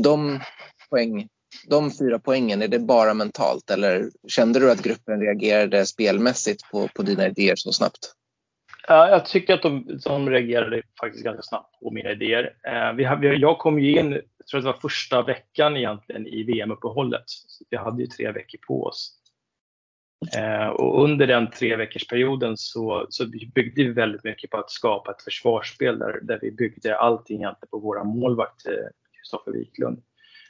de 4 poängen, är det bara mentalt, eller kände du att gruppen reagerade spelmässigt på dina idéer så snabbt? Ja, jag tycker att de reagerade faktiskt ganska snabbt på mina idéer. Jag kom ju in, jag tror att det var första veckan egentligen i VM-uppehållet. Så vi hade ju 3 veckor på oss. Och under den 3-veckorsperioden så byggde vi väldigt mycket på att skapa ett försvarsspel där vi byggde allting egentligen på våra målvakt, Kristoffer Wiklund.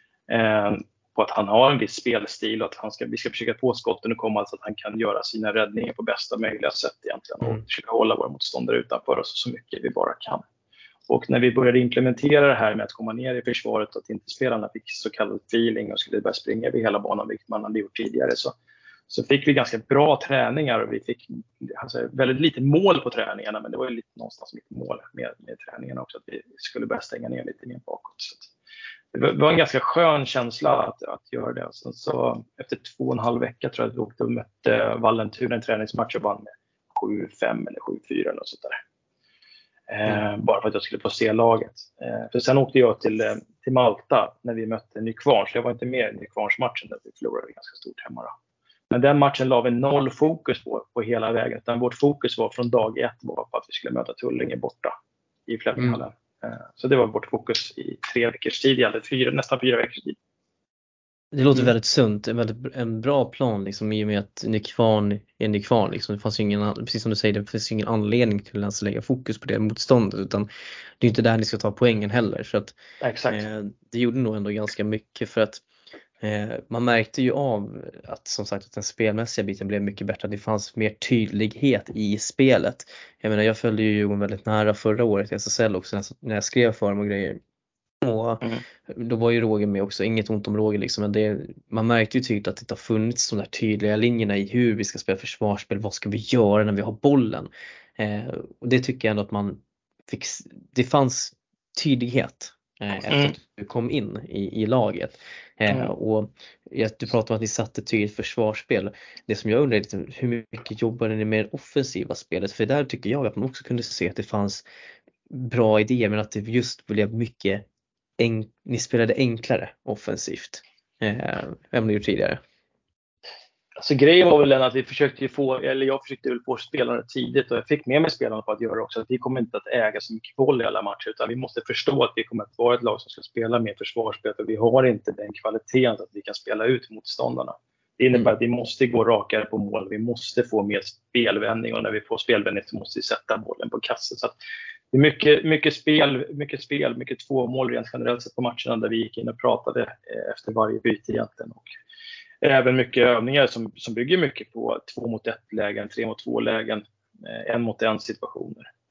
På att han har en viss spelstil och att vi ska försöka få skotten och komma så att han kan göra sina räddningar på bästa möjliga sätt egentligen och försöka hålla våra motståndare utanför oss så mycket vi bara kan. Och när vi började implementera det här med att komma ner i försvaret och att inte spelarna fick så kallad feeling och skulle börja springa över hela banan, vilket man hade gjort tidigare, så fick vi ganska bra träningar och vi fick väldigt lite mål på träningarna, men det var ju någonstans lite mål med träningarna också, att vi skulle börja stänga ner lite mer bakåt. Så det var en ganska skön känsla att göra det. Sen så efter 2,5 veckor tror jag att vi åkte och mötte Vallentuna i en träningsmatch och vann med 7-5 eller 7-4 eller något sånt där. Bara för att jag skulle få se laget. För sen åkte jag till Malta när vi mötte Nykvarn, så jag var inte med i Nykvarnsmatchen där vi förlorade ganska stort hemma då. Men den matchen la vi 0 fokus på hela vägen. Utan vårt fokus var från dag 1 var på att vi skulle möta Tullinge borta i Fleminghallen. Så det var vårt fokus i 3 veckors tid, nästan 4 veckors tid. Det låter väldigt sunt, en bra plan liksom, i och med att Nykvarn är Nykvarn liksom. Det fanns ju precis som du säger, det finns ingen anledning till att lägga fokus på det motståndet, utan det är inte där ni ska ta poängen heller, så att det gjorde nog ändå ganska mycket, för att man märkte ju av att, som sagt, att den spelmässiga biten blev mycket bättre. Det fanns mer tydlighet i spelet. Jag menar, jag följde ju Djurgården väldigt nära förra året i SSL också, när jag skrev för dem och grejer. Och då var ju Roger med också, inget ont om Roger liksom, men man märkte ju tydligt att det har funnits de där tydliga linjerna i hur vi ska spela försvarsspel, vad ska vi göra när vi har bollen. Och det tycker jag ändå att man fick, det fanns tydlighet efter att du kom in i laget. Och du pratar om att ni satte tydligt försvarsspel. Det som jag undrar är lite, hur mycket jobbade ni med det offensiva spelet? För där tycker jag att man också kunde se att det fanns bra idéer, men att det just blev mycket ni spelade enklare offensivt än ni gjort tidigare. Alltså grejen var väl den att jag försökte få spelarna tidigt, och jag fick med mig spelarna på att göra också, att vi kommer inte att äga så mycket boll i alla matcher, utan vi måste förstå att vi kommer att vara ett lag som ska spela mer försvarsspel, och vi har inte den kvaliteten att vi kan spela ut motståndarna. Det innebär att vi måste gå rakare på mål, vi måste få mer spelvändning, och när vi får spelvändning så måste vi sätta bollen på kassen. Så att det är mycket tvåmål rent generellt sett på matcherna, där vi gick in och pratade efter varje byte egentligen, och även mycket övningar som bygger mycket på 2-mot-1 lägen, 3-mot-2 lägen, 1-mot-1 situationer.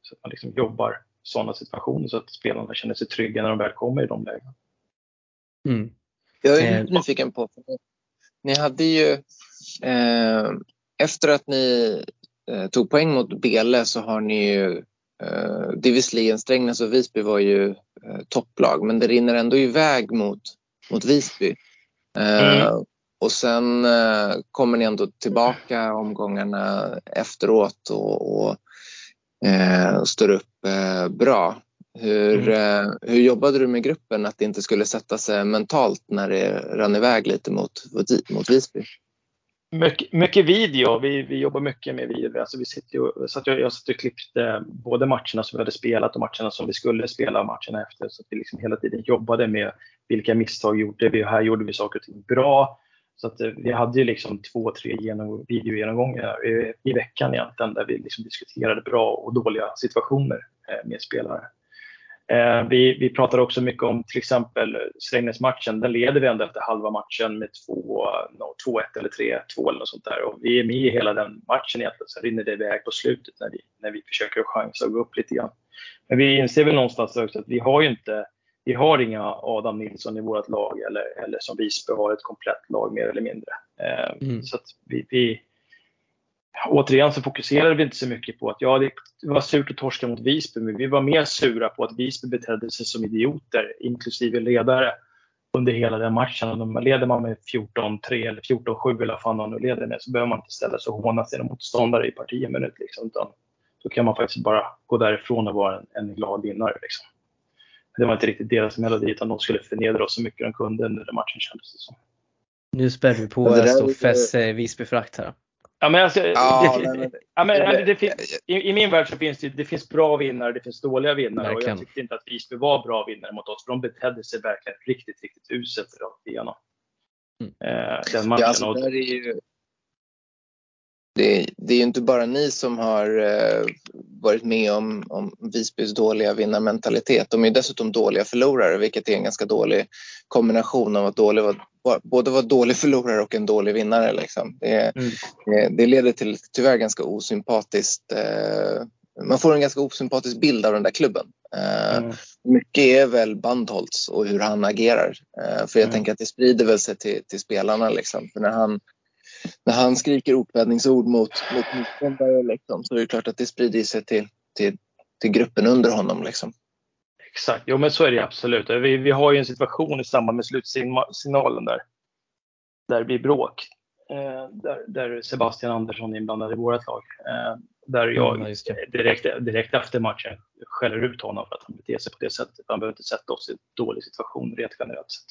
Så att man liksom jobbar sådana situationer så att spelarna känner sig trygga när de väl kommer i de lägena. Mm. Jag är nyfiken på, ni hade ju efter att ni tog poäng mot Bele så har ni ju Divisligen, Strängnäs och Visby var ju topplag, men det rinner ändå iväg mot Visby. Och sen kommer ni ändå tillbaka omgångarna efteråt och står upp bra. Hur jobbade du med gruppen att det inte skulle sätta sig mentalt när det rann iväg lite mot Visby? Mycket video. Vi jobbar mycket med video. Alltså jag satt och klippte både matcherna som vi hade spelat och matcherna som vi skulle spela matcherna efter. Så att vi liksom hela tiden jobbade med vilka misstag gjorde vi. Och här gjorde vi saker och ting bra. Så att vi hade ju liksom 2-3 videogenomgångar i veckan egentligen. Där vi liksom diskuterade bra och dåliga situationer med spelare. Vi pratar också mycket om till exempel Strängnäs-matchen. Den leder vi ändå efter halva matchen med 2-1 eller 3-2 eller något sånt där. Och vi är med i hela den matchen egentligen. Så rinner det iväg på slutet när vi försöker chansa och gå upp lite grann. Men vi inser väl någonstans också att vi har inga Adam Nilsson i vårt lag eller som Visby har ett komplett lag mer eller mindre. Så att vi återigen så fokuserade vi inte så mycket på att det var surt att torska mot Visby, men vi var mer sura på att Visby betedde sig som idioter, inklusive ledare, under hela den matchen. Leder man med 14-3 eller 14-7 eller vad fan man nu leder med, så behöver man inte ställa sig och håna sina motståndare i parti minut liksom, utan då kan man faktiskt bara gå därifrån och vara en glad vinnare liksom. Det var inte riktigt deras melodi, utan de skulle förnedra oss så mycket de kunde under den matchen, kändes det som. Nu spär vi på Stoffes Visby-frakt här. Ja, men alltså, i min värld så finns det finns bra vinnare, det finns dåliga vinnare. Verkligen. Och jag tyckte inte att Visby var bra vinnare mot oss, för de betedde sig verkligen riktigt uselt rakt igenom. Den matchen. Ja, alltså, det är ju inte bara ni som har varit med om Visbys dåliga vinnarmentalitet. De är dessutom dåliga förlorare, vilket är en ganska dålig kombination av att både vara dålig förlorare och en dålig vinnare. Liksom. Det leder till tyvärr ganska osympatiskt. Man får en ganska osympatisk bild av den där klubben. Mycket är väl Bandholtz och hur han agerar. För jag tänker att det sprider väl sig till spelarna. Liksom. För när han skriker okvädningsord mot motståndare liksom, så är det klart att det sprider sig till gruppen under honom. Liksom. Exakt, jo men så är det absolut. Vi har ju en situation i samband med slutsignalen där vi bråk. Där Sebastian Andersson är inblandad i vårt lag. Där jag direkt efter matchen skäller ut honom för att han beter sig på det sättet. Han behöver inte sätta oss i en dålig situation rent generellt sett.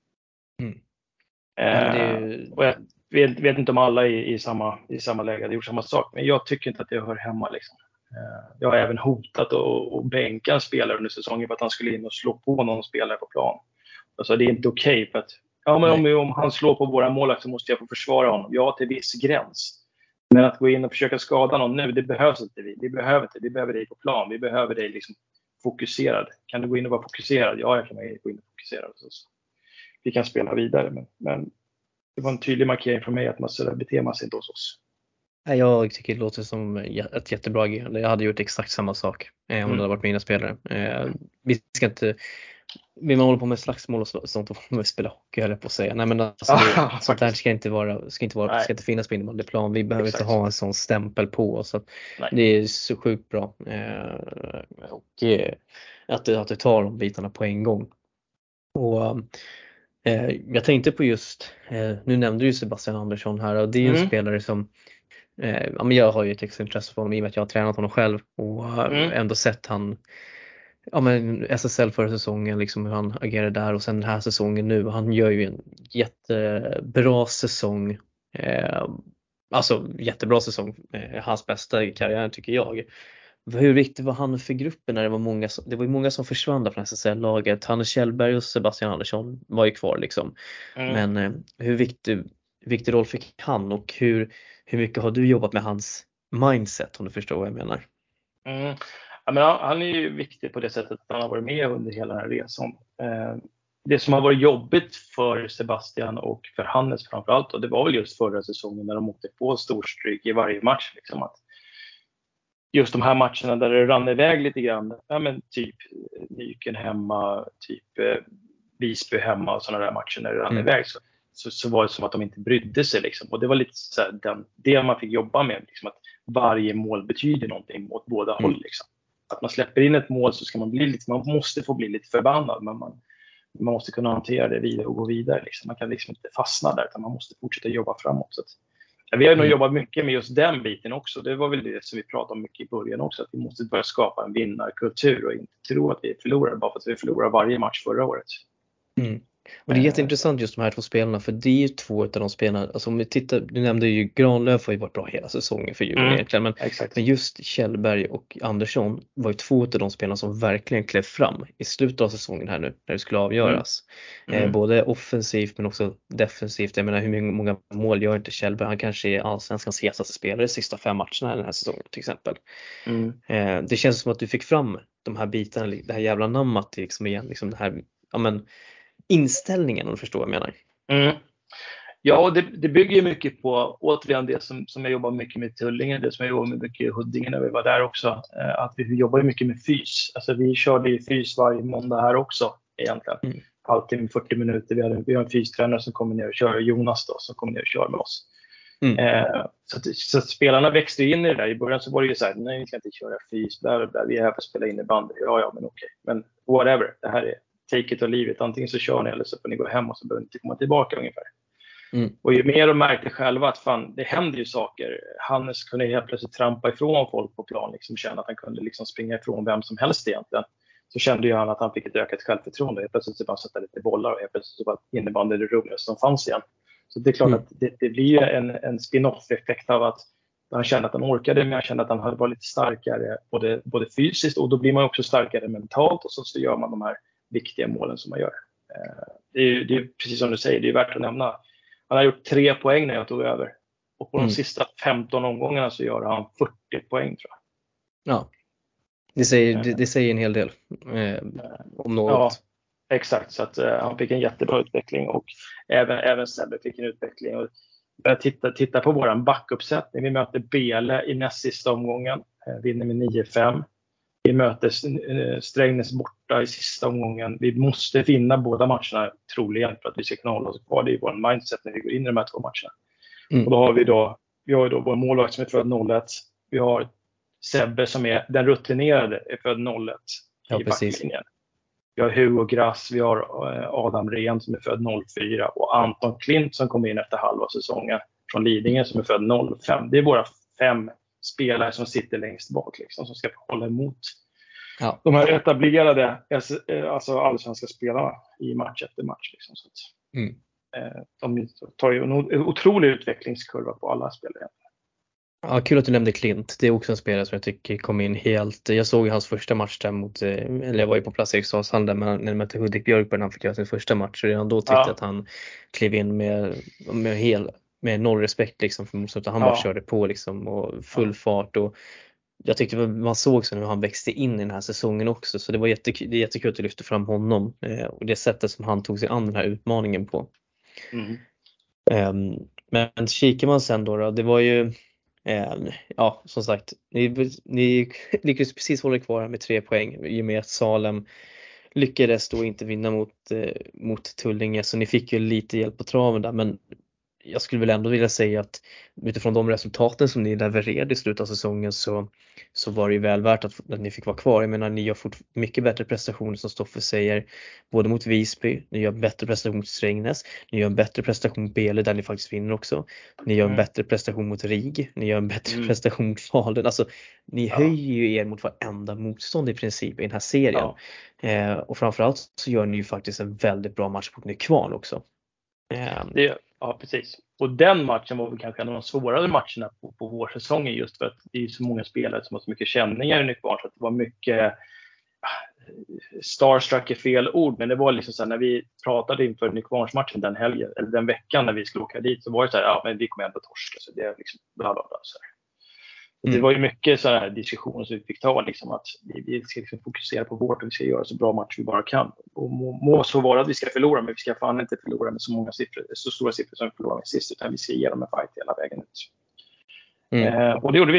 Och jag vet inte om alla i samma läge hade gjort samma sak, men jag tycker inte att det hör hemma liksom. Jag har även hotat att bänka en spelare under säsongen för att han skulle in och slå på någon spelare på plan. Alltså det är inte okej för att om han slår på våra mål så måste jag få försvara honom. Ja, till viss gräns. Men att gå in och försöka skada någon nu, det behövs inte vi. Vi behöver dig på plan. Vi behöver dig liksom fokuserad. Kan du gå in och vara fokuserad? Ja, jag kan gå in och fokuserad. Så vi kan spela vidare, men det var en tydlig markering från mig att man så beter man sig inte hos oss. Jag tycker det låter som ett jättebra agerande. Jag hade gjort exakt samma sak om det hade varit mina spelare. Vi ska inte... Vill man hålla på med slagsmål och sånt, då får man spela hockey, eller på att säga. Nej, men alltså, sånt där ska inte finnas på innebandyplan. Vi behöver inte ha en sån stämpel på oss. Så det är så sjukt bra. Och att du tar de bitarna på en gång. Och jag tänkte på just, nu nämnde du Sebastian Andersson här, och det är ju en spelare som jag har ju ett extra intresse för honom i och med att jag har tränat honom själv och ändå sett han SSL förra säsongen, liksom hur han agerade där, och sen den här säsongen nu. Han gör ju en jättebra säsong, alltså jättebra säsong, hans bästa i karriären tycker jag. Hur viktig var han för gruppen när det var många som försvann från SSL-laget? Hannes Kjellberg och Sebastian Andersson var ju kvar liksom. Men hur viktig roll fick han, och hur mycket har du jobbat med hans mindset, om du förstår vad jag menar? Ja, men han är ju viktig på det sättet att han har varit med under hela den här resan. Det som har varit jobbigt för Sebastian och för Hannes framförallt, och det var väl just förra säsongen när de åkte på storstryk i varje match liksom, att just de här matcherna där det rann iväg lite grann. Ja, men typ Nyken hemma, typ Visby hemma och sådana där matcher när det rann iväg. Så var det som att de inte brydde sig. Liksom. Och det var lite så här, det man fick jobba med. Liksom, att varje mål betyder någonting åt båda håll. Liksom. Att man släpper in ett mål så ska man måste få bli lite förbannad. Men man måste kunna hantera det vidare och gå vidare. Liksom. Man kan liksom inte fastna där utan man måste fortsätta jobba framåt. Så att, vi har nog jobbat mycket med just den biten också. Det var väl det som vi pratade om mycket i början också. Att vi måste börja skapa en vinnarkultur och inte tro att vi förlorar bara för att vi förlorar varje match förra året. Och det är jätteintressant just de här två spelarna, för det är ju två av de spelarna, alltså om vi tittar, du nämnde ju Granlöf har ju varit bra hela säsongen för Djurgården egentligen, men just Kjellberg och Andersson var ju två av de spelarna som verkligen klev fram i slutet av säsongen här nu när det skulle avgöras. Både offensivt men också defensivt. Jag menar, hur många mål gör inte Kjellberg? Han kanske är allsvenskans hetaste spelare de sista 5 matcherna den här säsongen till exempel. Det känns som att du fick fram de här bitarna, det här jävla namnet liksom igen, liksom det här, ja men inställningen, om du förstår vad jag menar. Ja, och det bygger ju mycket på återigen det som jag jobbar mycket med i Tullinge, det som jag jobbar med mycket i Huddinge när vi var där också, att vi jobbar mycket med fys. Alltså vi körde ju fys varje måndag här också egentligen. Alltid med 40 minuter. Vi har en fystränare som kommer ner och kör, Jonas då, som kommer ner och kör med oss. Så spelarna växte in i det där. I början så var det ju så här, nej vi ska inte köra fys, vi är här för att spela in i bandet. Ja men okej. Men whatever, det här är take it or leave it. Antingen så kör ni eller så får ni gå hem och så behöver ni inte komma tillbaka ungefär. Och ju mer de märkte själva att fan, det händer ju saker. Hannes kunde helt plötsligt trampa ifrån folk på plan, liksom känna att han kunde liksom springa ifrån vem som helst egentligen. Så kände ju han att han fick ett ökat självförtroende. Helt plötsligt så bara sätta lite bollar och helt plötsligt så bara innebandy det roligaste som fanns igen. Så det är klart att det blir ju en spin-off-effekt av att han kände att han orkade, men han kände att han hade varit lite starkare både fysiskt, och då blir man också starkare mentalt, och så gör man de här viktiga målen som man gör. Det är precis som du säger, det är värt att nämna. Han har gjort 3 poäng när jag tog över. Och på de sista 15 omgångarna så gör han 40 poäng tror jag. Ja, det säger en hel del om något. Ja, exakt. Så att han fick en jättebra utveckling, och även Sebbe fick en utveckling. Och jag titta på våran backuppsättning. Vi möter Bele i näst sista omgången. Vinner med 9-5. Vi möter Strängnäs borta i sista omgången. Vi måste vinna båda matcherna troligen för att vi ska kunna hålla oss kvar. Det är vår mindset när vi går in i de här 2 matcherna. Och då har vi har vår målvakt som är född 01. Vi har Sebbe som är den rutinerade, är född 01 i backlinjen. Vi har Hugo Grass, vi har Adam Rehn som är född 04 och Anton Klint som kommer in efter halva säsongen från Lidingö som är född 05. Det är våra 5 spelare som sitter längst bak liksom, som ska hålla emot de här etablerade, alltså allsvenska spelarna i match efter match liksom, så att, de tar ju en otrolig utvecklingskurva på alla spelare. Ja, kul att du nämnde Klint. Det är också en spelare som jag tycker kom in helt. Jag såg hans första match där eller jag var ju på plats i Eriksdalshallen när de mötte Hudik Björkberg när han fick göra sin första match, och redan då tyckte jag att han klev in med noll respekt liksom för motståndaren. Han bara körde på liksom och full fart, och jag tyckte man såg så hur han växte in i den här säsongen också, så det var jättekul att du lyfte fram honom och det sättet som han tog sig an den här utmaningen på. Men kikar man sen då, det var ju som sagt, ni lyckades precis hålla kvar med 3 poäng i och med att Salem lyckades då inte vinna mot Tullinge, så ni fick ju lite hjälp på traven där, men jag skulle väl ändå vilja säga att utifrån de resultaten som ni levererade i slutet av säsongen så var det ju väl värt att ni fick vara kvar. Jag menar, ni gör mycket bättre prestationer som Stoffe säger, både mot Visby, ni gör bättre prestation mot Strängnäs, ni gör en bättre prestation mot Bele där ni faktiskt vinner också, ni gör en bättre prestation mot Rig, ni gör en bättre prestation mot Falun. Alltså ni höjer ju er mot varenda motstånd i princip i den här serien. Och framförallt så gör ni ju faktiskt en väldigt bra match mot Nykvarn också. Ja, precis. Och den matchen var väl kanske en av de svårare matcherna på vårsäsongen, just för att det är så många spelare som har så mycket känningar i Nykvarn, så att det var mycket starstruck är fel ord, men det var liksom så här, när vi pratade inför Nykvarnsmatchen den helgen eller den veckan när vi skulle åka dit, så var det så här, men vi kommer ändå torska, så det är liksom bla bla bla så här. Det var ju mycket så här diskussioner som vi fick ta, liksom, att vi ska liksom fokusera på vårt och vi ska göra så bra match vi bara kan. Och må så vara att vi ska förlora, men vi ska fan inte förlora med så stora siffror som vi förlorade med sist, utan vi ska ge dem en fight hela vägen ut. Och det gjorde vi.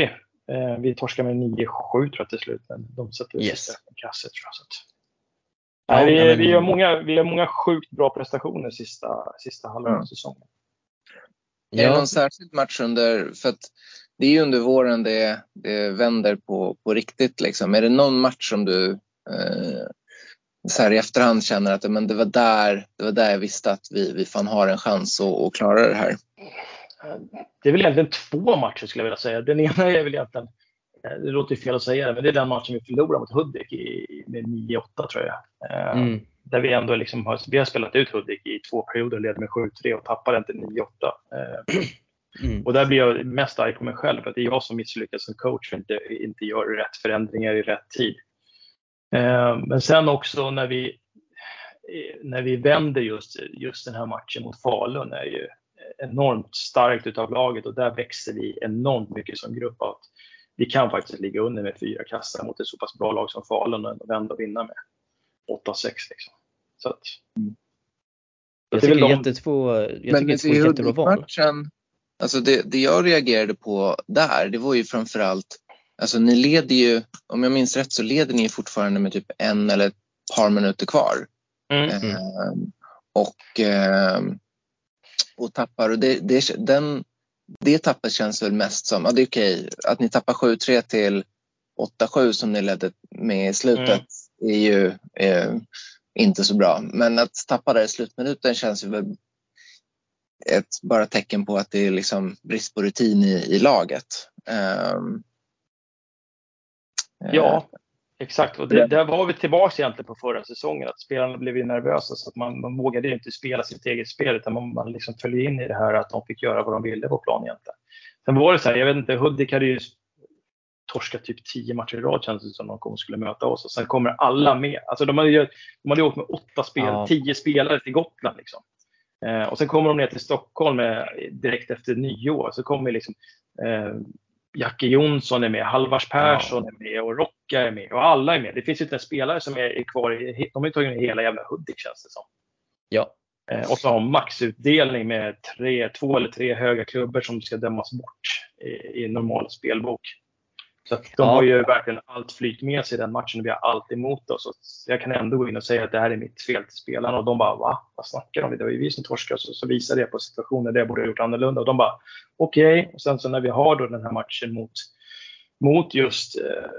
Vi torskade med 9-7 tror jag till slut, men de sätter Yes. sista kasset tror jag. Så att. Ja, Nej, men- vi har många sjukt bra prestationer sista halvan av säsongen. Är det någon särskild match för att det är ju under våren det vänder på riktigt liksom. Är det någon match som du så här i efterhand känner att men det var där jag visste att vi fan har en chans att klara det här? Det är väl egentligen 2 matcher skulle jag vilja säga. Den ena är väl egentligen, det låter ju fel att säga det, men det är den matchen vi förlorade mot Hudik med 9-8 tror jag. Där vi ändå liksom vi har spelat ut Hudik i 2 perioder och leder med 7-3 och tappade inte 9-8. Och där blir jag mest arg på mig själv för att det är jag som misslyckas som coach och inte gör rätt förändringar i rätt tid. Men sen också när vi vänder just den här matchen mot Falun är ju enormt starkt utav laget och där växer vi enormt mycket som grupp att vi kan faktiskt ligga under med 4 kassar mot ett så pass bra lag som Falun och vända och vinna med 8-6 liksom. Så att, jag tycker det är två jättebra val. Alltså det jag reagerade på där, det var ju framförallt, alltså ni leder ju, om jag minns rätt så leder ni fortfarande med typ 1 eller ett par minuter kvar. Och tappar, och det tappet känns väl mest som, det är okej, att ni tappar 7-3 till 8-7 som ni ledde med i slutet är ju inte så bra. Men att tappa där i slutminuten känns ju väl bara tecken på att det är liksom brist på rutin i laget. Ja, exakt. Och där var vi tillbaka egentligen på förra säsongen. Att spelarna blev nervösa så att man vågade inte spela sitt eget spel utan man liksom följde in i det här att de fick göra vad de ville på plan egentligen. Sen var det så här, jag vet inte, Hudik hade ju torskat typ 10 matcher i rad känns det som de skulle möta oss och sen kommer alla med. Alltså de hade åkt med 10 spelare till Gotland liksom. Och sen kommer de ner till Stockholm direkt efter nyår. Så kommer liksom Jacke Jonsson är med, Halvars Persson är med och Rocka är med och alla är med. Det finns ju inte en spelare som är kvar de har ju tagit med hela jävla Hudik känns det som. Ja. Och så har maxutdelning med 2 eller 3 höga klubbor som ska dömas bort i normal spelbok. Så att de har ju verkligen allt flyt med sig i den matchen och vi har allt emot oss. Så jag kan ändå gå in och säga att det här är mitt fel till spelarna. Och de bara, va? Vad snackar de om? Det var ju vi som torskade. Så visar det på situationer där jag borde ha gjort annorlunda. Och de bara, okej. Och sen så när vi har då den här matchen mot just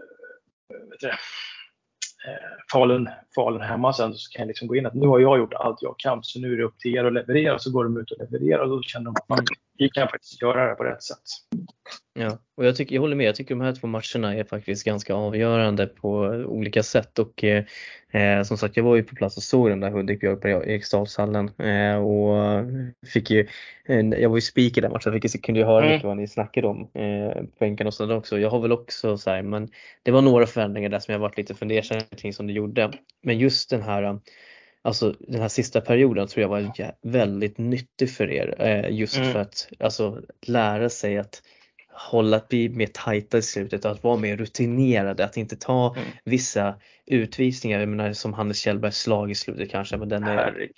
Falun hemma sen så kan jag liksom gå in att nu har jag gjort allt jag kan. Så nu är det upp till er att leverera. Så går de ut och levererar. Och då känner de att vi kan faktiskt göra det på rätt sätt. Ja, och jag håller med. Jag tycker de här 2 matcherna är faktiskt ganska avgörande på olika sätt. Och som sagt, jag var ju på plats och såg den där Hudik-Björk på Eriksdalshallen. Och jag var ju speaker där matchen. Jag kunde ju höra mycket vad ni snackade om på bänken och sådär också. Jag har väl också så här, men det var några förändringar där som jag varit lite fundersam kring som det gjorde. Men just den här sista perioden tror jag var väldigt nyttig för er. Just för att lära sig att bli mer tajta i slutet och att vara mer rutinerade, att inte ta vissa utvisningar, jag menar, som Hannes Kjellbergs slag i slutet kanske, men den är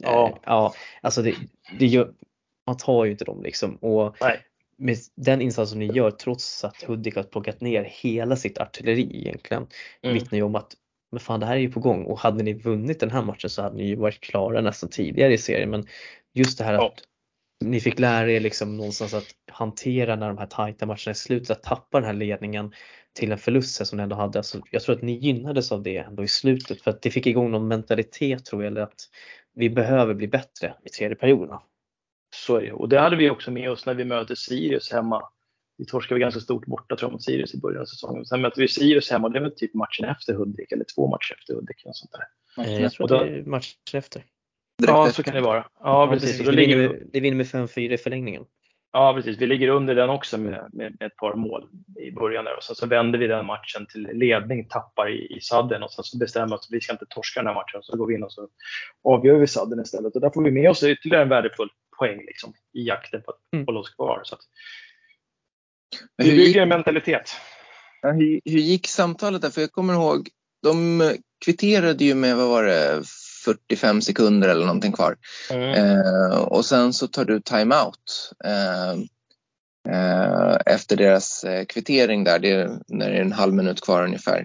man tar ju inte dem liksom. Och med den insats som ni gör trots att Hudik har plockat ner hela sitt artilleri egentligen vittnar ju om att men fan, det här är ju på gång, och hade ni vunnit den här matchen så hade ni ju varit klara nästan tidigare i serien, men just det här att ni fick lära er liksom någonstans att hantera när de här tajta matcherna är slut, att tappa den här ledningen till en förlust som ni ändå hade. Alltså, jag tror att ni gynnades av det ändå i slutet, för att det fick igång någon mentalitet tror jag, eller att vi behöver bli bättre i tredje perioderna. Så är det, och det hade vi också med oss när vi möter Sirius hemma. Vi torskade ganska stort borta tror jag mot Sirius i början av säsongen. Sen möter vi Sirius hemma och det var typ matchen efter Hudik eller 2 matcher efter Hudik eller sånt där. Jag tror att det är matchen efter. Ja, så kan det vara. Ja, precis. Det vinner med 5-4 i förlängningen. Ja, precis. Vi ligger under den också med ett par mål i början där. Och så vänder vi den matchen till ledning, tappar i sadden och så bestämmer att vi ska inte torska den här matchen. Så går vi in och så avgör vi sadden istället. Och där får vi med oss ytterligare en värdefull poäng liksom, i jakten på att hålla oss kvar. Så att vi bygger en mentalitet. Ja, hur gick samtalet där? För jag kommer ihåg, de kvitterade ju med, vad var det, 45 sekunder eller någonting kvar. Och sen så tar du timeout. efter deras kvittering där, när det är en halv minut kvar ungefär.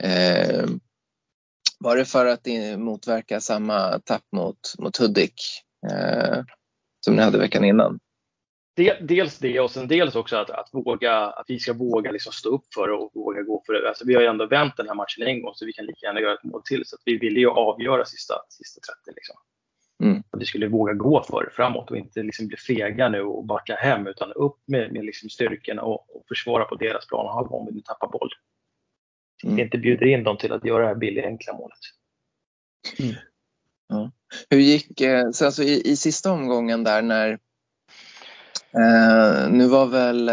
Var det för att motverka samma tapp mot Hudik som ni hade veckan innan? Dels det, och sen dels också att vi ska våga liksom stå upp för det och våga gå för det. Alltså, vi har ju ändå vänt den här matchen en gång, så vi kan lika gärna göra ett mål till. Så att vi ville ju avgöra sista 30 liksom. Och vi skulle våga gå för det framåt och inte liksom bli fega nu och backa hem, utan upp med liksom styrkorna och försvara på deras planhalva om vi nu tappar boll. Inte bjuder in dem till att göra det här billiga enkla målet. Ja. Hur gick så alltså i sista omgången där, när nu var väl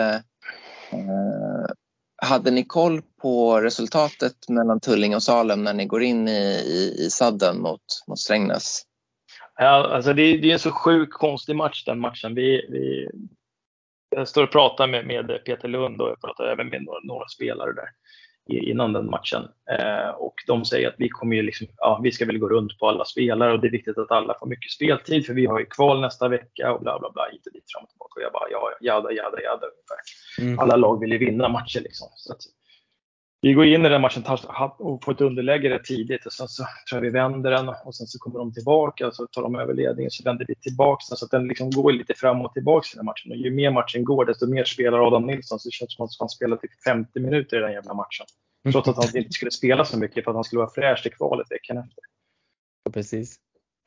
hade ni koll på resultatet mellan Tullinge och Salem när ni går in i sadden mot Strängnäs? Ja, alltså det är en så sjuk konstig match, den matchen. Jag står och pratar med Peter Lund, och jag pratar även med några spelare där innan den matchen. Och de säger att vi kommer ju liksom, vi ska väl gå runt på alla spelare, och det är viktigt att alla får mycket speltid, för vi har ju kval nästa vecka och bla bla bla, inte dit fram och tillbaka. Och jag bara, jada ungefär. Alla lag vill ju vinna matchen liksom. Så att vi går in i den matchen och får ett underläge rätt tidigt, och sen så tror jag vi vänder den, och sen så kommer de tillbaka och så tar de över ledningen, så vänder vi tillbaka, så att den liksom går lite fram och tillbaka i den matchen. Och ju mer matchen går, desto mer spelar Adam Nilsson, så det känns som att han spelar typ 50 minuter i den jävla matchen. Trots att han inte skulle spela så mycket, för att han skulle vara fräsch i kvalet veckan efter. Ja, precis.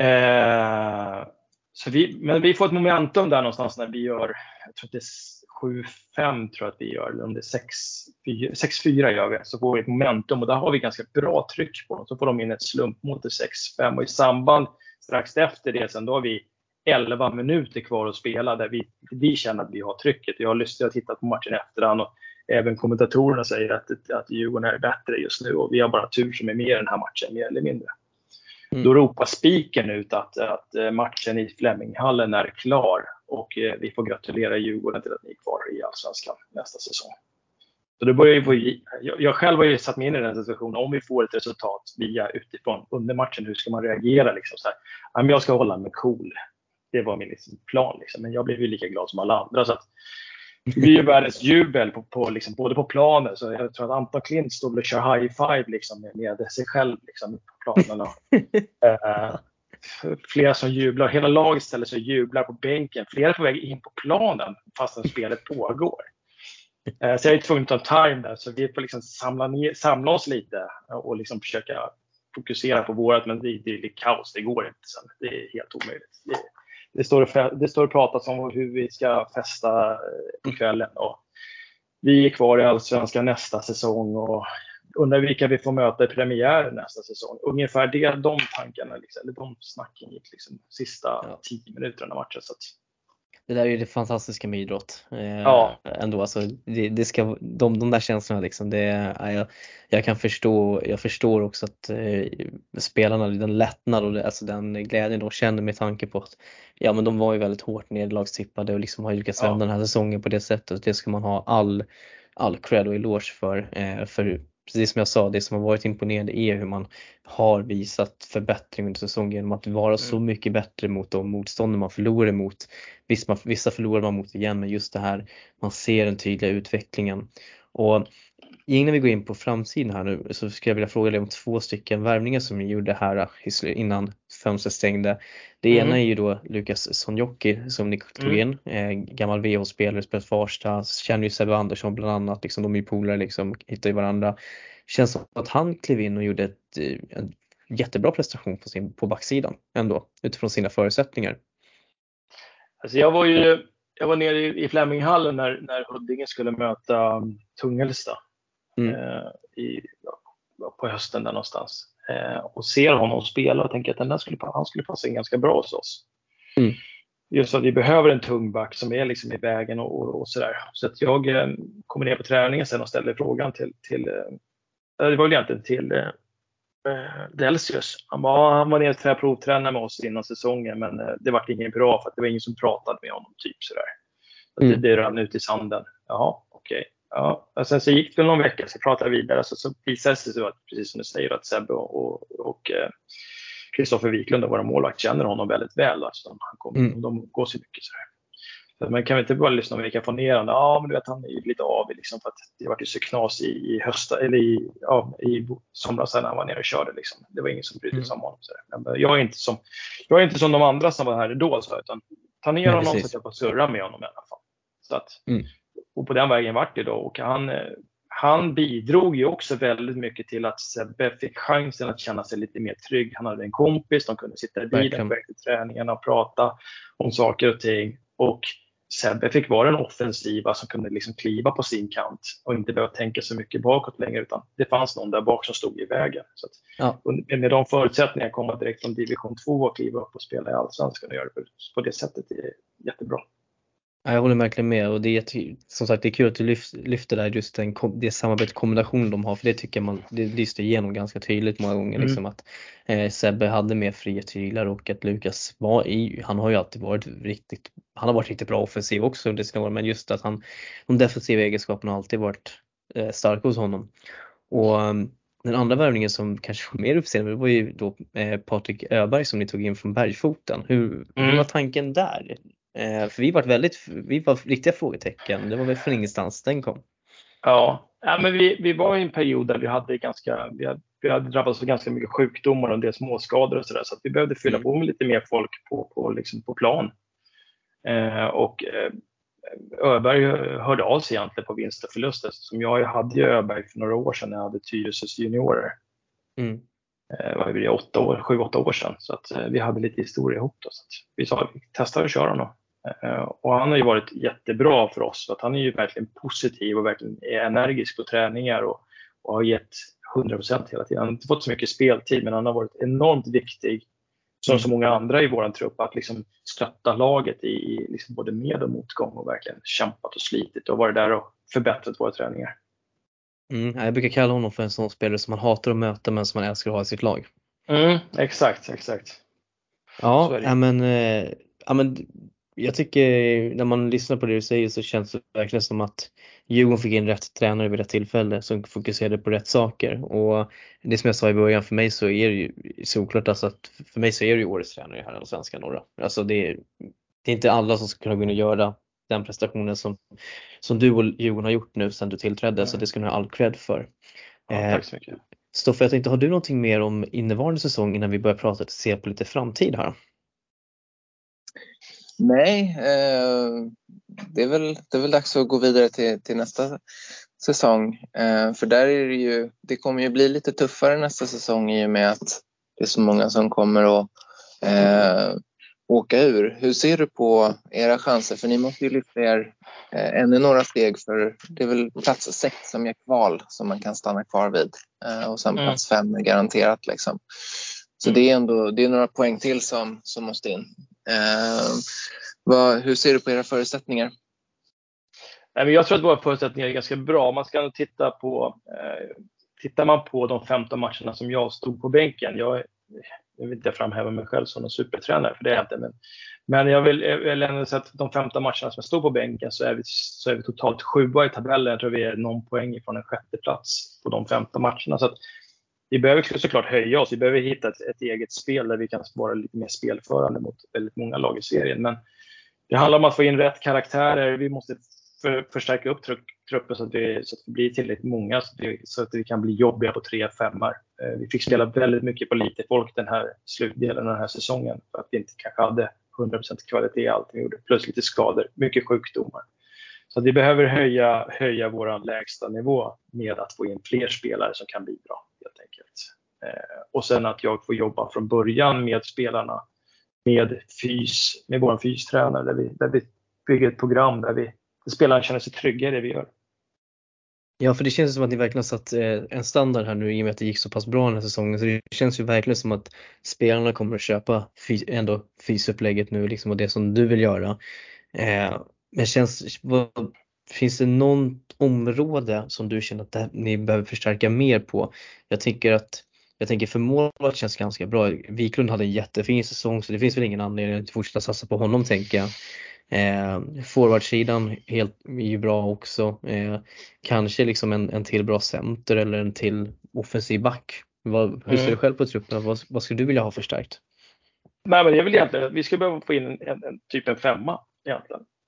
Så vi får ett momentum där någonstans när vi gör, jag tror att det är 7-5 tror jag att vi gör, eller om det är 6-4 gör vi, så får vi ett momentum, och där har vi ganska bra tryck på dem. Så får de in ett slumpmål till 6-5, och i samband strax efter det sen, då har vi 11 minuter kvar att spela, där vi känner att vi har trycket. Jag har tittat på matchen efterhand, och även kommentatorerna säger att Djurgården är bättre just nu, och vi har bara tur som är med i den här matchen, mer eller mindre. Då ropar spiken ut att matchen i Fleminghallen är klar, och vi får gratulera Djurgården till att ni är kvar i Allsvenskan nästa säsong. Så då börjar jag själv har ju satt mig in i den situationen. Om vi får ett resultat via utifrån under matchen, hur ska man reagera liksom så här? Ja, men jag ska hålla mig cool. Det var min liksom plan liksom. Men jag blev ju lika glad som alla andra, så att det blir ju världens jubel på liksom, både på planen. Så jag tror att Anton Klint står och kör high five liksom, med sig själv liksom, på planen. Flera som jublar. Hela laget ställer sig och jublar på bänken. Flera är på väg in på planen fastän spelet pågår. Så jag är tvungen att ta time där. Så vi får liksom samla oss lite och liksom försöka fokusera på vårat. Men det är kaos, det går inte sen. Det är helt omöjligt. Det står och pratas om hur vi ska festa på kvällen. Och vi är kvar i Allsvenskan nästa säsong och undrar vilka vi får möta i premiär nästa säsong. Ungefär de tankarna, liksom, eller de snacken gick liksom sista 10 minuterna av matchen. Så att... Det där är ju det fantastiska med idrott. Ändå, alltså, det ska, de där känslorna liksom, jag förstår också att spelarna, den lättnad och alltså den glädjen de känner med tanke på att men de var ju väldigt hårt nederlagstippade och liksom har lyckats vända den här säsongen på det sättet. Det ska man ha all cred och eloge för precis som jag sa, det som har varit imponerande är hur man har visat förbättring under säsongen genom att vara så mycket bättre mot de motståndare man förlorar emot. Vissa förlorar man mot igen, men just det här, man ser den tydliga utvecklingen. Och innan vi går in på framsidan här nu, så skulle jag vilja fråga dig om 2 stycken värvningar som ni gjorde här innan fönstret stängde. Det ena är ju då Lukas Sonjocki som ni tog in, gammal VH-spelare, spelat Farsta, känner ju Sebbe Andersson bland annat, liksom, de är ju polare, liksom, hittar ju varandra. Känns som att han klev in och gjorde en jättebra prestation på backsidan ändå, utifrån sina förutsättningar. Alltså jag var nere i Fleminghallen när Huddinge skulle möta Tungelsta på hösten där någonstans. Och ser honom spela och tänker att han skulle passa in ganska bra hos oss. Just att vi behöver en tung back som är liksom i vägen och sådär. Så att jag kommer ner på träningen sen och ställer frågan till det var väl egentligen till Delsius. Han var ner och provtränade med oss innan säsongen, men det var ingen bra för att det var ingen som pratade med honom typ sådär. Det rann ut i sanden. Jaha, okej. Ja, och sen så gick det någon vecka, så pratade vi vidare, så visade det sig så att, precis som du säger, att Sebbe och Kristoffer Wiklund, våra målvakt, känner honom väldigt väl. Alltså, de går så mycket sådär. Så man kan väl inte bara lyssna om vilka får ner honom. Ja, men du vet, han är ju lite avig liksom, för att det var ju så knas i hösta eller i somras när han var nere och körde liksom. Det var ingen som brydde sig om honom. Så men jag är inte som de andra som var här då, så, utan ta ner honom så att jag får surra med honom i alla fall. Så att, och på den vägen vart det då, och han bidrog ju också väldigt mycket till att Sebbe fick chansen att känna sig lite mer trygg. Han hade en kompis, de kunde sitta i bilen på träningarna och prata om saker och ting. Och Sebbe fick vara den offensiva som kunde liksom kliva på sin kant och inte behöva tänka så mycket bakåt längre, utan det fanns någon där bak som stod i vägen. Så att, med de förutsättningarna komma direkt från division 2 och kliva upp och spela i Allsvenskan och göra det på det sättet, det är jättebra. Jag håller verkligen med, och det är som sagt det är kul att du lyfter där just det samarbetskombination de har, för det tycker man det lyste igenom ganska tydligt många gånger liksom, att Sebbe hade mer fria tyglar och att Lukas han har ju alltid varit riktigt bra offensiv också under sina år, men just att de defensiva egenskaperna har alltid varit starka hos honom. Och den andra värvningen som kanske var mer uppseende var ju då Patrik Öberg som ni tog in från Bergsfoten. Hur var tanken där? För vi var riktiga frågetecken. Det var väl från ingenstans den kom. Ja, men vi var i en period där vi hade drabbats av ganska mycket sjukdomar och en del småskador och sådär, så att vi behövde fylla på med lite mer folk på plan. Öberg hörde av sig egentligen på vinst och förlust, som jag hade ju Öberg för några år sedan när jag hade Tyresös juniorer. Var det 7-8 år sedan, så att vi hade lite historia ihop då, så att vi sa att vi testar att köra honom. Och han har ju varit jättebra för oss, så att han är ju verkligen positiv och verkligen är energisk på träningar och har gett 100% hela tiden. Han har inte fått så mycket speltid, men han har varit enormt viktig som så många andra i våran trupp att liksom stötta laget i liksom både med och motgång, och verkligen kämpat och slitit och varit där och förbättrat våra träningar. Jag brukar kalla honom för en sån spelare som man hatar att möta men som man älskar att ha i sitt lag. Exakt. Ja, men jag tycker när man lyssnar på det du säger så känns det verkligen som att Djurgården fick in rätt tränare vid rätt tillfälle som fokuserade på rätt saker. Och det som jag sa i början, för mig så är det ju såklart alltså att för mig så är det ju årets tränare här i Svenska norra. Alltså det är inte alla som ska kunna gå in och göra den prestationen som du och Djurgården har gjort nu sedan du tillträdde, så det ska ni ha all cred för. Tack så mycket. Stoffe, jag tänkte, har du någonting mer om innevarande säsong innan vi börjar prata och se på lite framtid här? Nej, det är väl dags att gå vidare till nästa säsong. För där är det kommer ju bli lite tuffare nästa säsong i och med att det är så många som kommer att åka ur. Hur ser du på era chanser? För ni måste ju lyfta er ännu några steg, för det är väl plats 6 som är kval som man kan stanna kvar vid. Och sen plats 5 är garanterat liksom. Så det är några poäng till som måste in. Hur ser du på era förutsättningar? Jag tror att våra förutsättningar är ganska bra. Man ska tittar man på de 15 matcherna som jag stod på bänken. Jag vill inte framhäva mig själv som en supertränare, för det är jag inte. Men jag vill ändå säga att de 15 matcherna som jag stod på bänken så är vi totalt 7 i tabellen. Jag tror vi är någon poäng från en 6:e plats på de 15 matcherna. Så att vi behöver såklart höja oss. Vi behöver hitta ett eget spel där vi kan vara lite mer spelförande mot väldigt många lag i serien. Men det handlar om att få in rätt karaktärer. Vi måste förstärka upp truppen så att vi blir tillräckligt många så att vi kan bli jobbiga på 3-5. Vi fick spela väldigt mycket på lite folk den här slutdelen av den här säsongen för att vi inte kanske hade 100% kvalitet i allt vi gjorde. Plus lite skador, mycket sjukdomar. Så vi behöver höja vår lägsta nivå med att få in fler spelare som kan bidra helt enkelt. Och sen att jag får jobba från början med spelarna, med vår fystränare där vi bygger ett program där spelarna känner sig trygga i det vi gör. Ja, för det känns som att ni verkligen har satt en standard här nu i och med att det gick så pass bra den här säsongen. Så det känns ju verkligen som att spelarna kommer att köpa fysupplägget nu liksom, och det som du vill göra. Men finns det någon område som du känner att ni behöver förstärka mer på? Jag tänker för målet känns ganska bra. Wiklund hade en jättefin säsong, så det finns väl ingen anledning att fortsätta satsa på honom, tänker jag. Forwardsidan är ju bra också. Kanske liksom en till bra center eller en till offensiv back. Hur ser du själv på truppen? Vad skulle du vilja ha förstärkt? Nej, men jag vill egentligen, vi skulle behöva få in en typ en 5 egentligen.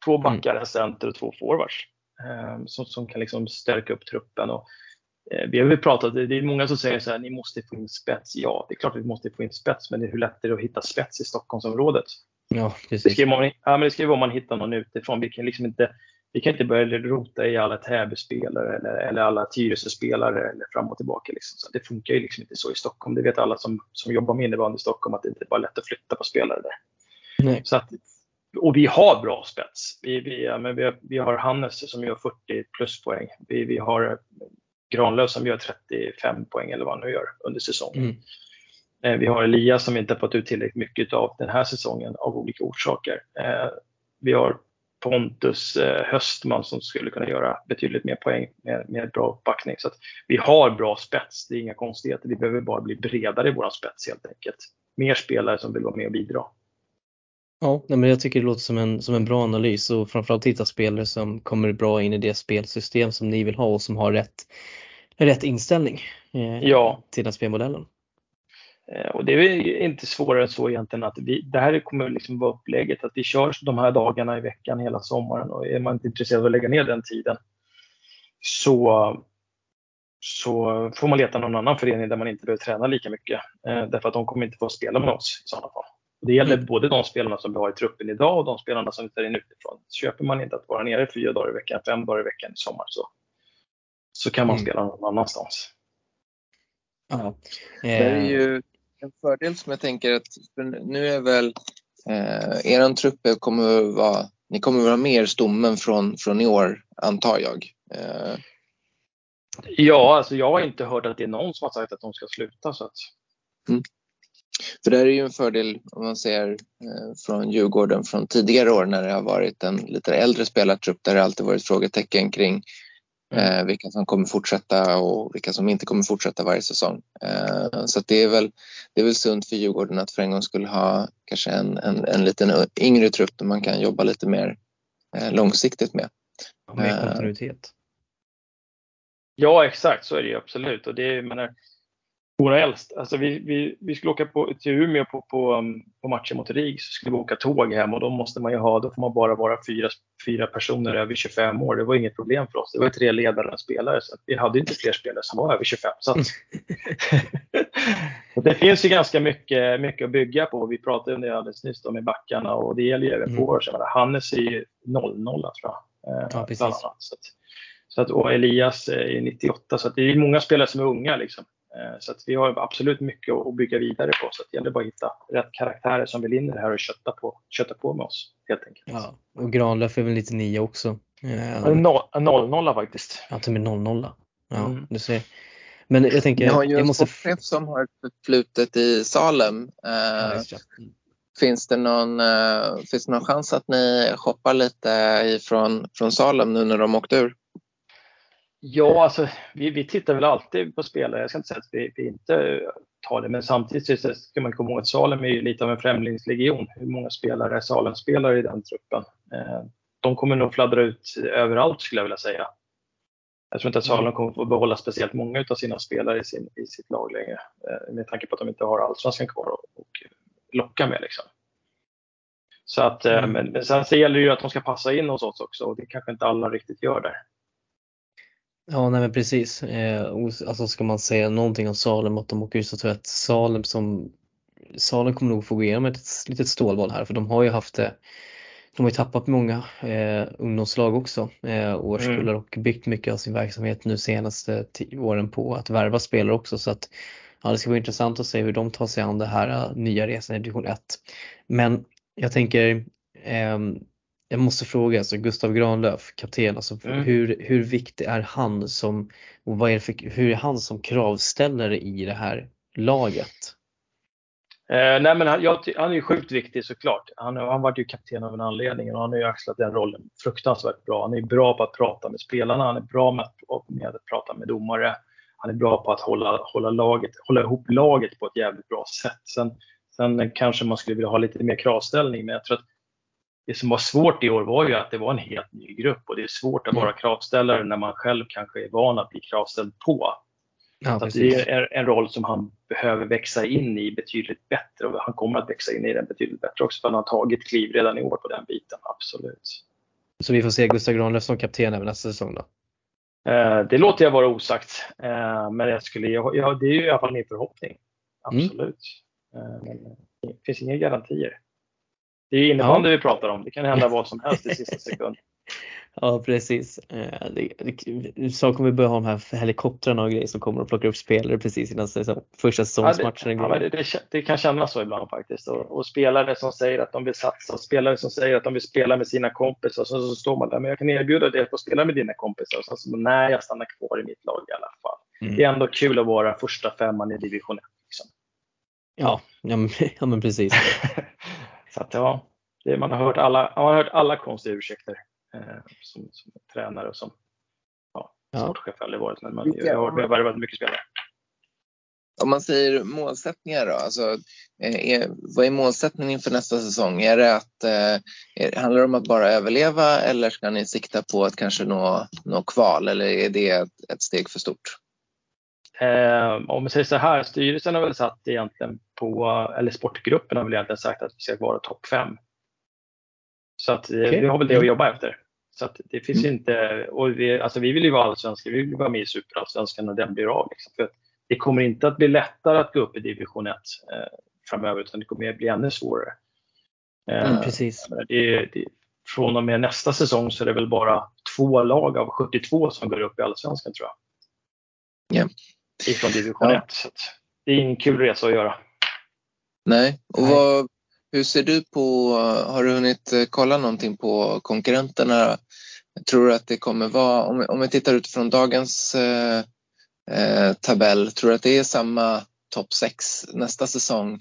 2 backar, en center och 2 forwards som kan liksom stärka upp truppen. Och vi har ju pratat, det är många som säger så här, ni måste få in spets. Ja, det är klart att vi måste få in spets, men det är hur lätt är det att hitta spets i Stockholmsområdet? Ja, precis. Det ska ju vara om man hittar någon utifrån. Vi kan inte börja rota i alla Täby-spelare eller alla Tyresö-spelare eller fram och tillbaka. Liksom. Så det funkar ju liksom inte så i Stockholm. Det vet alla som jobbar med innebandy i Stockholm, att det inte är bara lätt att flytta på spelare där. Nej. Så att, och vi har bra spets. Vi har Hannes som gör 40 pluspoäng. Vi har Granlöf som gör 35 poäng eller vad han nu gör under säsongen. Vi har Elias som inte har fått ut tillräckligt mycket av den här säsongen av olika orsaker. Vi har Pontus Höstman som skulle kunna göra betydligt mer poäng med bra uppbackning. Så att vi har bra spets, det är inga konstigheter. Vi behöver bara bli bredare i våran spets helt enkelt. Mer spelare som vill vara med och bidra. Ja, men jag tycker det låter som en bra analys, och framförallt hitta spelare som kommer bra in i det spelsystem som ni vill ha och som har rätt inställning till den spelmodellen. Och det är inte svårare än så egentligen, att det här kommer liksom vara upplägget att vi kör de här dagarna i veckan hela sommaren, och är man inte intresserad av att lägga ner den tiden så får man leta någon annan förening där man inte behöver träna lika mycket, därför att de kommer inte få spela med oss i sådana fall. Och det gäller både de spelarna som vi har i truppen idag och de spelarna som vi tar in utifrån. Köper man inte att vara nere 4 dagar i veckan, 5 dagar i veckan i sommar, så kan man spela någon annanstans. Ja. Det är ju en fördel som jag tänker att nu är väl eran trupp ni kommer vara mer stommen från i år, antar jag. Ja, alltså jag har inte hört att det är någon som har sagt att de ska sluta. Så att... För det är ju en fördel om man ser från Djurgården från tidigare år, när det har varit en lite äldre spelartrupp där det alltid varit frågetecken kring vilka som kommer fortsätta och vilka som inte kommer fortsätta varje säsong. Så att det är väl sunt för Djurgården att för en gång skulle ha kanske en liten yngre trupp där man kan jobba lite mer långsiktigt med. Med kontinuitet. Ja, exakt, så är det ju absolut. Och det menar våra äldst, alltså vi skulle åka till Umeå på matchen mot RIG, så skulle vi åka tåg hem, och då får man bara vara 4 personer över 25 år. Det var inget problem för oss. Det var 3 ledare och spelare, så att vi hade inte fler spelare som var över 25. Så att det finns ju ganska mycket att bygga på. Vi pratade om det alldeles nyss med backarna, och det gäller ju även på oss. Hannes är ju 00, tror jag. Ja, precis. Och Elias är 98, så att det är många spelare som är unga liksom. Så att vi har absolut mycket att bygga vidare på, så att det gäller bara att hitta rätt karaktärer som vill in i det här och kötta på med oss helt enkelt. Ja, och Granlöf är väl 99 också. 00 faktiskt. Ja, till med 00. Ja, du ser. Men jag tänker, jag har ju jag måste... sportchef som har förflutet i Salem. Finns det någon chans att ni shoppar lite från Salem nu när de åkte ur? Ja, alltså vi tittar väl alltid på spelare. Jag ska inte säga att vi inte tar det, men samtidigt så ska man komma ihåg att Salem är ju lite av en främlingslegion. Hur många spelare är Salem-spelare i den truppen? De kommer nog fladdra ut överallt, skulle jag vilja säga. Jag tror inte att Salem kommer få behålla speciellt många av sina spelare i sitt lag längre, med tanke på att de inte har allsvenskan kvar och locka med liksom. Så att, men sen så gäller det ju att de ska passa in hos oss också, och det kanske inte alla riktigt gör där. Ja, nej men precis. Alltså ska man säga någonting om Salem, att de åker ut, så tror jag att Salem kommer nog få gå igenom ett litet stålbad här, för de har ju tappat många ungdomslag också, årskullar, och byggt mycket av sin verksamhet nu senaste 10 åren på att värva spelare också, så att det ska vara intressant att se hur de tar sig an det här nya resan i division 1. Men jag tänker, jag måste fråga, alltså Gustav Granlöf, kapten, alltså hur viktig är han hur är han som kravställare i det här laget? Nej, men han är ju sjukt viktig såklart. Han var ju kapten av en anledning, och han har ju axlat den rollen fruktansvärt bra. Han är bra på att prata med spelarna, han är bra med att prata med domare. Han är bra på att hålla ihop laget på ett jävligt bra sätt. Sen kanske man skulle vilja ha lite mer kravställning, men jag tror att det som var svårt i år var ju att det var en helt ny grupp, och det är svårt att vara kravställare när man själv kanske är van att bli kravställd på. Ja, så det är en roll som han behöver växa in i betydligt bättre, och han kommer att växa in i den betydligt bättre också, för han har tagit kliv redan i år på den biten, absolut. Så vi får se Gustav Granlöf som kapten även nästa säsong då? Det låter jag vara osagt. Men det är ju i alla fall min förhoppning. Absolut. Men det finns inga garantier. Det är innebandy vi pratar om. Det kan hända vad som helst i sista sekund. Ja, precis. Så kommer vi börja ha de här helikoptrarna och grejer som kommer att plocka upp spelare precis innan första säsongsmatchen. Det kan kännas så ibland faktiskt. Och spelare som säger att de vill satsa. Spelare som säger att de vill spela med sina kompisar. Så står man där, men jag kan erbjuda dig att få spela med dina kompisar. Och så nej, jag stannar kvar i mitt lag i alla fall. Det är ändå kul att vara första femman i division 1. Liksom. Ja, men precis. Så att man har hört alla konstiga ursäkter som tränare och som sportchef eller varit. Men jag har värvat mycket spelare. Om man säger målsättningar då, alltså, vad är målsättningen för nästa säsong? Är det handlar det om att bara överleva, eller ska ni sikta på att kanske nå kval, eller är det ett steg för stort? Om man säger så här, styrelsen har väl satt egentligen eller sportgruppen har väl egentligen sagt att vi ska vara topp 5. Så att vi har väl det att jobba efter. Så att det finns inte, och vi vill ju vara allsvenska, vi vill vara med i superallsvenskan när den blir av. Liksom. För det kommer inte att bli lättare att gå upp i division 1 framöver, utan det kommer att bli ännu svårare. Precis. Från och med nästa säsong så är det väl bara 2 lag av 72 som går upp i allsvenskan, tror jag. Ja. Ifrån division 1. Så det är en kul resa att göra. Nej. Och hur ser du på, har du hunnit kolla någonting på konkurrenterna? Jag tror att det kommer vara, om vi tittar utifrån dagens tabell, tror du att det är samma topp 6 nästa säsong?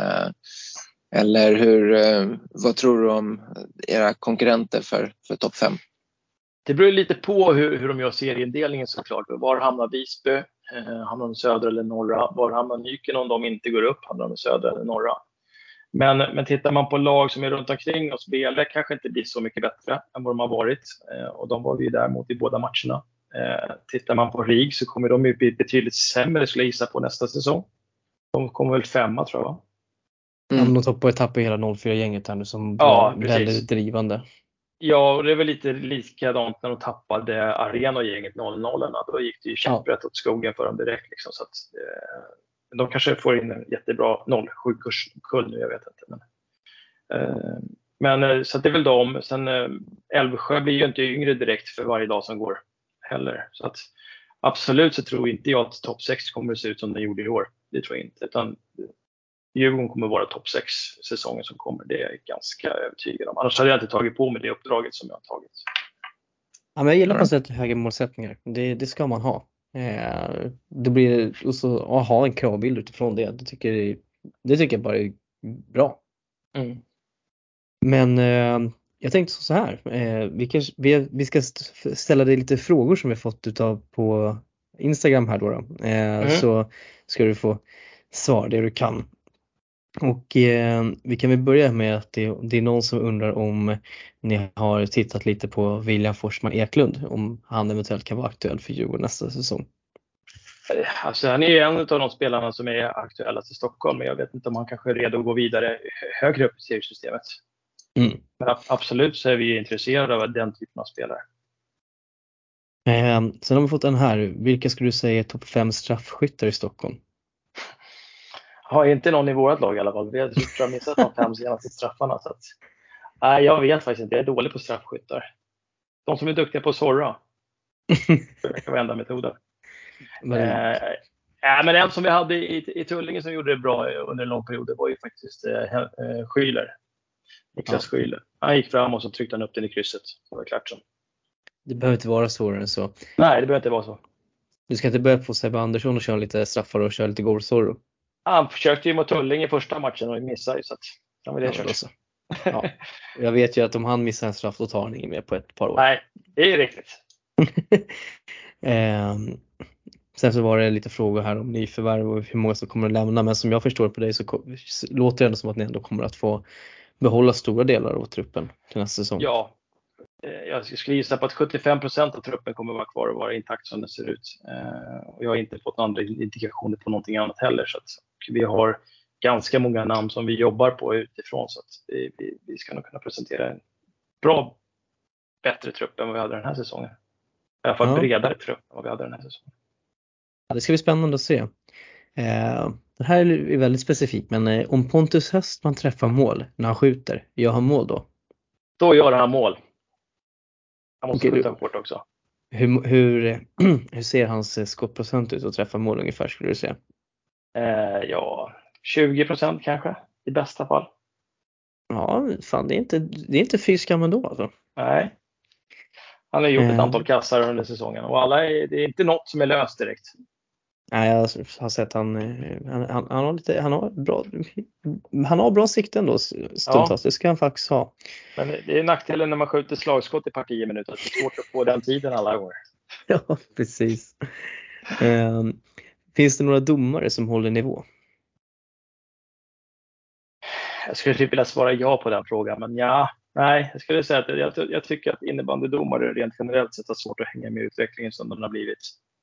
Eller vad tror du om era konkurrenter för topp 5? Det beror lite på hur de gör serieindelningen såklart. Var hamnar Visby? Hamnar de södra eller norra? Var hamnar Nyken om de inte går upp? Hamnar de södra eller norra? Men tittar man på lag som är runt omkring oss, BL kanske inte blir så mycket bättre än vad de har varit. Och de var vi däremot i båda matcherna. Tittar man på RIG så kommer de ju bli betydligt sämre, skulle jag gissa, på nästa säsong. De kommer väl 5, tror jag, va? De toppar etapp i hela 04-gänget här nu som var väldigt drivande. Ja, och det är väl lite likadant när de tappade Arena-gänget 00. Då gick det ju käpprätt åt skogen för dem direkt. Liksom, så att, de kanske får in en jättebra 07-kull nu, jag vet inte. Men så att det är väl de. Sen Älvsjö blir ju inte yngre direkt för varje dag som går heller. Så att absolut så tror inte jag att topp 6 kommer att se ut som den gjorde i år. Det tror jag inte. Utan Djurgården kommer att vara topp 6 säsongen som kommer. Det är jag ganska övertygad om. Annars hade jag inte tagit på mig det uppdraget som jag har tagit. Ja, men jag gillar på sätt höga målsättningar. Det ska man ha. Det blir också att ha en kravbild utifrån det. Det tycker jag bara är bra. Men jag tänkte så här. Vi ska ställa dig lite frågor som vi fått utav på Instagram här då. Så ska du få svar det du kan. Och vi kan väl börja med att det är någon som undrar om ni har tittat lite på William Forsman Eklund, om han eventuellt kan vara aktuell för Djurgården nästa säsong. Alltså, han är ju en av de spelarna som är aktuella till Stockholm, men jag vet inte om han kanske är redo att gå vidare högre upp i seriesystemet. Men absolut så är vi intresserade av den typen av spelare. Sen har vi fått en här. Vilka skulle du säga är topp 5 straffskyttar i Stockholm? Har inte någon i vårt lag i alla fall. Vi har missat de 5 senaste straffarna. Så att, nej, jag vet faktiskt inte. Jag är dålig på straffskyttar. De som är duktiga på att sorra. Det kan vara enda metoden. Men en som vi hade i Tullinge som gjorde det bra under en lång period, det var ju faktiskt Schüler. Niklas Schüler. Han gick fram och så tryckte han upp den i krysset. Det var klart så. Det behöver inte vara svårare än så. Nej, det behöver inte vara så. Du ska inte börja på Sebbe Andersson och köra lite straffar och köra lite goalsorro. Han försökte ju mot Tullinge i första matchen och missade, så att han vill det också. Ja. Jag vet ju att om han missar en straff då tar han ingen mer på ett par år. Nej, det är riktigt. Sen så var det lite frågor här om nyförvärv och hur många som kommer att lämna. Men som jag förstår på dig så låter det ändå som att ni ändå kommer att få behålla stora delar av truppen till nästa säsong. Ja, jag skulle gissa på att 75% av truppen kommer att vara kvar och vara intakt som det ser ut. Och jag har inte fått några andra indikationer på någonting annat heller. Så att vi har ganska många namn som vi jobbar på utifrån, så att vi ska nog kunna presentera en bättre trupp än vad vi hade den här säsongen. I alla fall bredare trupp än vad vi hade den här säsongen. Ja, det ska bli spännande att se. Det här är väldigt specifikt, men om Pontus Höstman träffar mål när han skjuter, gör han mål då? Då gör han mål. Han måste skjuta hårt också. Hur ser hans skottprocent ut att träffa mål ungefär, skulle du säga? 20% kanske, i bästa fall. Ja, fan, det är inte fy skam ändå alltså. Nej. Han har gjort ett antal kassar under säsongen och det är inte något som är löst direkt. Nej, jag har sett han har bra sikte ändå stundtals. Ja. Det ska han faktiskt ha. Men det är nackdelen när man skjuter slagskott i 10 minuter. Det är svårt att få den tiden alla gånger. Ja, precis. Finns det några domare som håller nivå? Jag skulle typ vilja svara ja på den frågan, men nej, jag skulle säga att jag tycker att innebandydomare rent generellt sett har svårt att hänga med utvecklingen som den har blivit.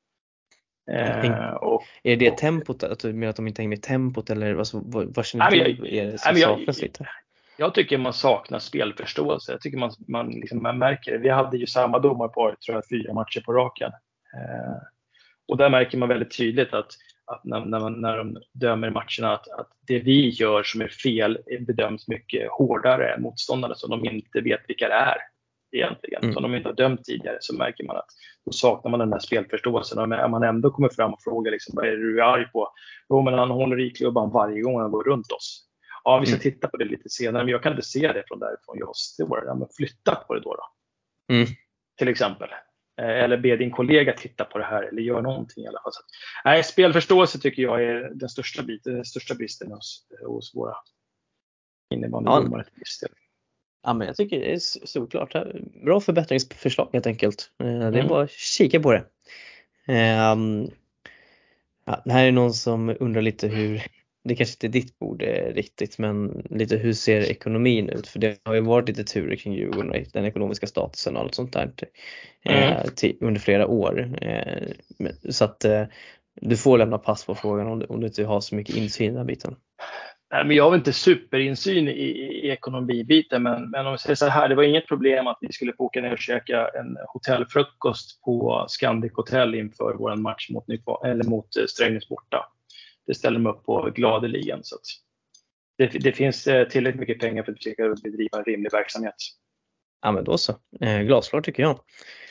Är det tempot, att du menar att de inte hänger med tempot, eller vad känner du är det som saknas lite? Jag tycker man saknar spelförståelse. Jag tycker man märker det. Vi hade ju samma domarpar, tror jag, 4 matcher på raken. Och där märker man väldigt tydligt att när de dömer matcherna att det vi gör som är fel bedöms mycket hårdare än motståndare som de inte vet vilka det är egentligen. Som de inte har dömt tidigare, så märker man att då saknar man den här spelförståelsen. Och när man ändå kommer fram och frågar liksom, vad är det du är arg på? Jo, men han håller i klubban varje gång han går runt oss. Ja, vi ska titta på det lite senare, men jag kan inte se det från därifrån jag står. Ja, men flytta på det då. Till exempel. Eller be din kollega titta på det här, eller gör någonting i alla fall. Nej, spelförståelse tycker jag är den största bristen hos våra innebandydomare. Ja, men jag tycker det är såklart bra förbättringsförslag helt enkelt. Det är bara att kika på det. Det här är någon som undrar lite hur, det kanske inte är ditt bord riktigt, men lite hur ser ekonomin ut? För det har ju varit lite turer kring Djurgården och den ekonomiska statusen och allt sånt där under flera år. Så att du får lämna pass på frågan om du inte har så mycket insyn i den här biten. Nej, men jag har inte superinsyn i ekonomibiten, men om vi säger så här, det var inget problem att vi skulle få åka ner och käka en hotellfrukost på Scandic Hotel inför vår match mot Strängnäs borta. Det ställer mig upp på gladeligen, så att det finns tillräckligt mycket pengar för att försöka bedriva en rimlig verksamhet. Ja, men då så. Glasklart tycker jag.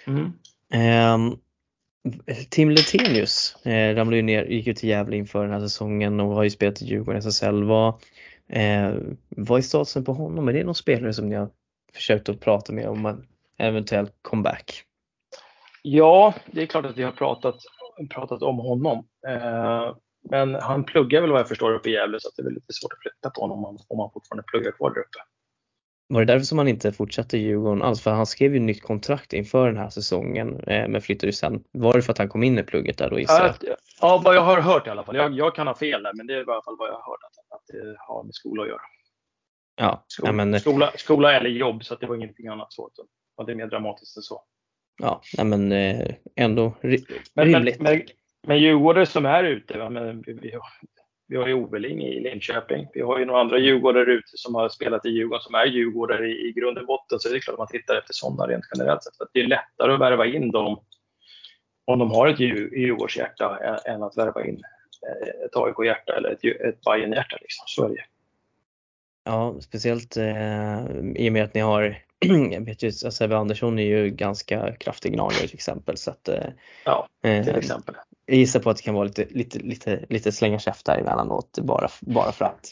Tim Letenius ramlade ju ner, gick ut till Gävle inför den här säsongen och har ju spelat i Djurgården SSL. Vad är statusen på honom? Är det någon spelare som ni har försökt att prata med om en eventuell comeback? Ja, det är klart att vi har pratat om honom. Men han pluggar väl vad jag förstår uppe i Gävle, så att det är väl lite svårt att flytta på honom om han fortfarande pluggar kvar där uppe. Var det därför som han inte fortsatte i Djurgården alls? För han skrev ju nytt kontrakt inför den här säsonnen, men flyttade ju sen. Var det för att han kom in i plugget där då? Ja, vad jag har hört i alla fall. Jag kan ha fel där, men det är i alla fall vad jag har hört att det har med skola att göra. Ja, skola eller jobb, så att det var ingenting annat så. Och det är mer dramatiskt än så. Ja, men ändå rimligt. Men Djurgårdare som är ute, vi har ju Oveling i Linköping. Vi har ju några andra Djurgårdare ute som har spelat i Djurgården som är Djurgårdare i grund och botten. Så det är klart att man tittar efter sådana rent generellt sett. För att det är lättare att värva in dem om de har ett Djurgårdshjärta än att värva in ett AIK-hjärta eller ett Bayern-hjärta. Liksom. Så är det. Ja, speciellt i och med att ni har, jag vet ju, Sebbe Andersson är ju ganska kraftig gnagare till exempel. Så att, ja, till exempel. Jag gissar på att det kan vara lite slänga käft där emellanåt bara för att.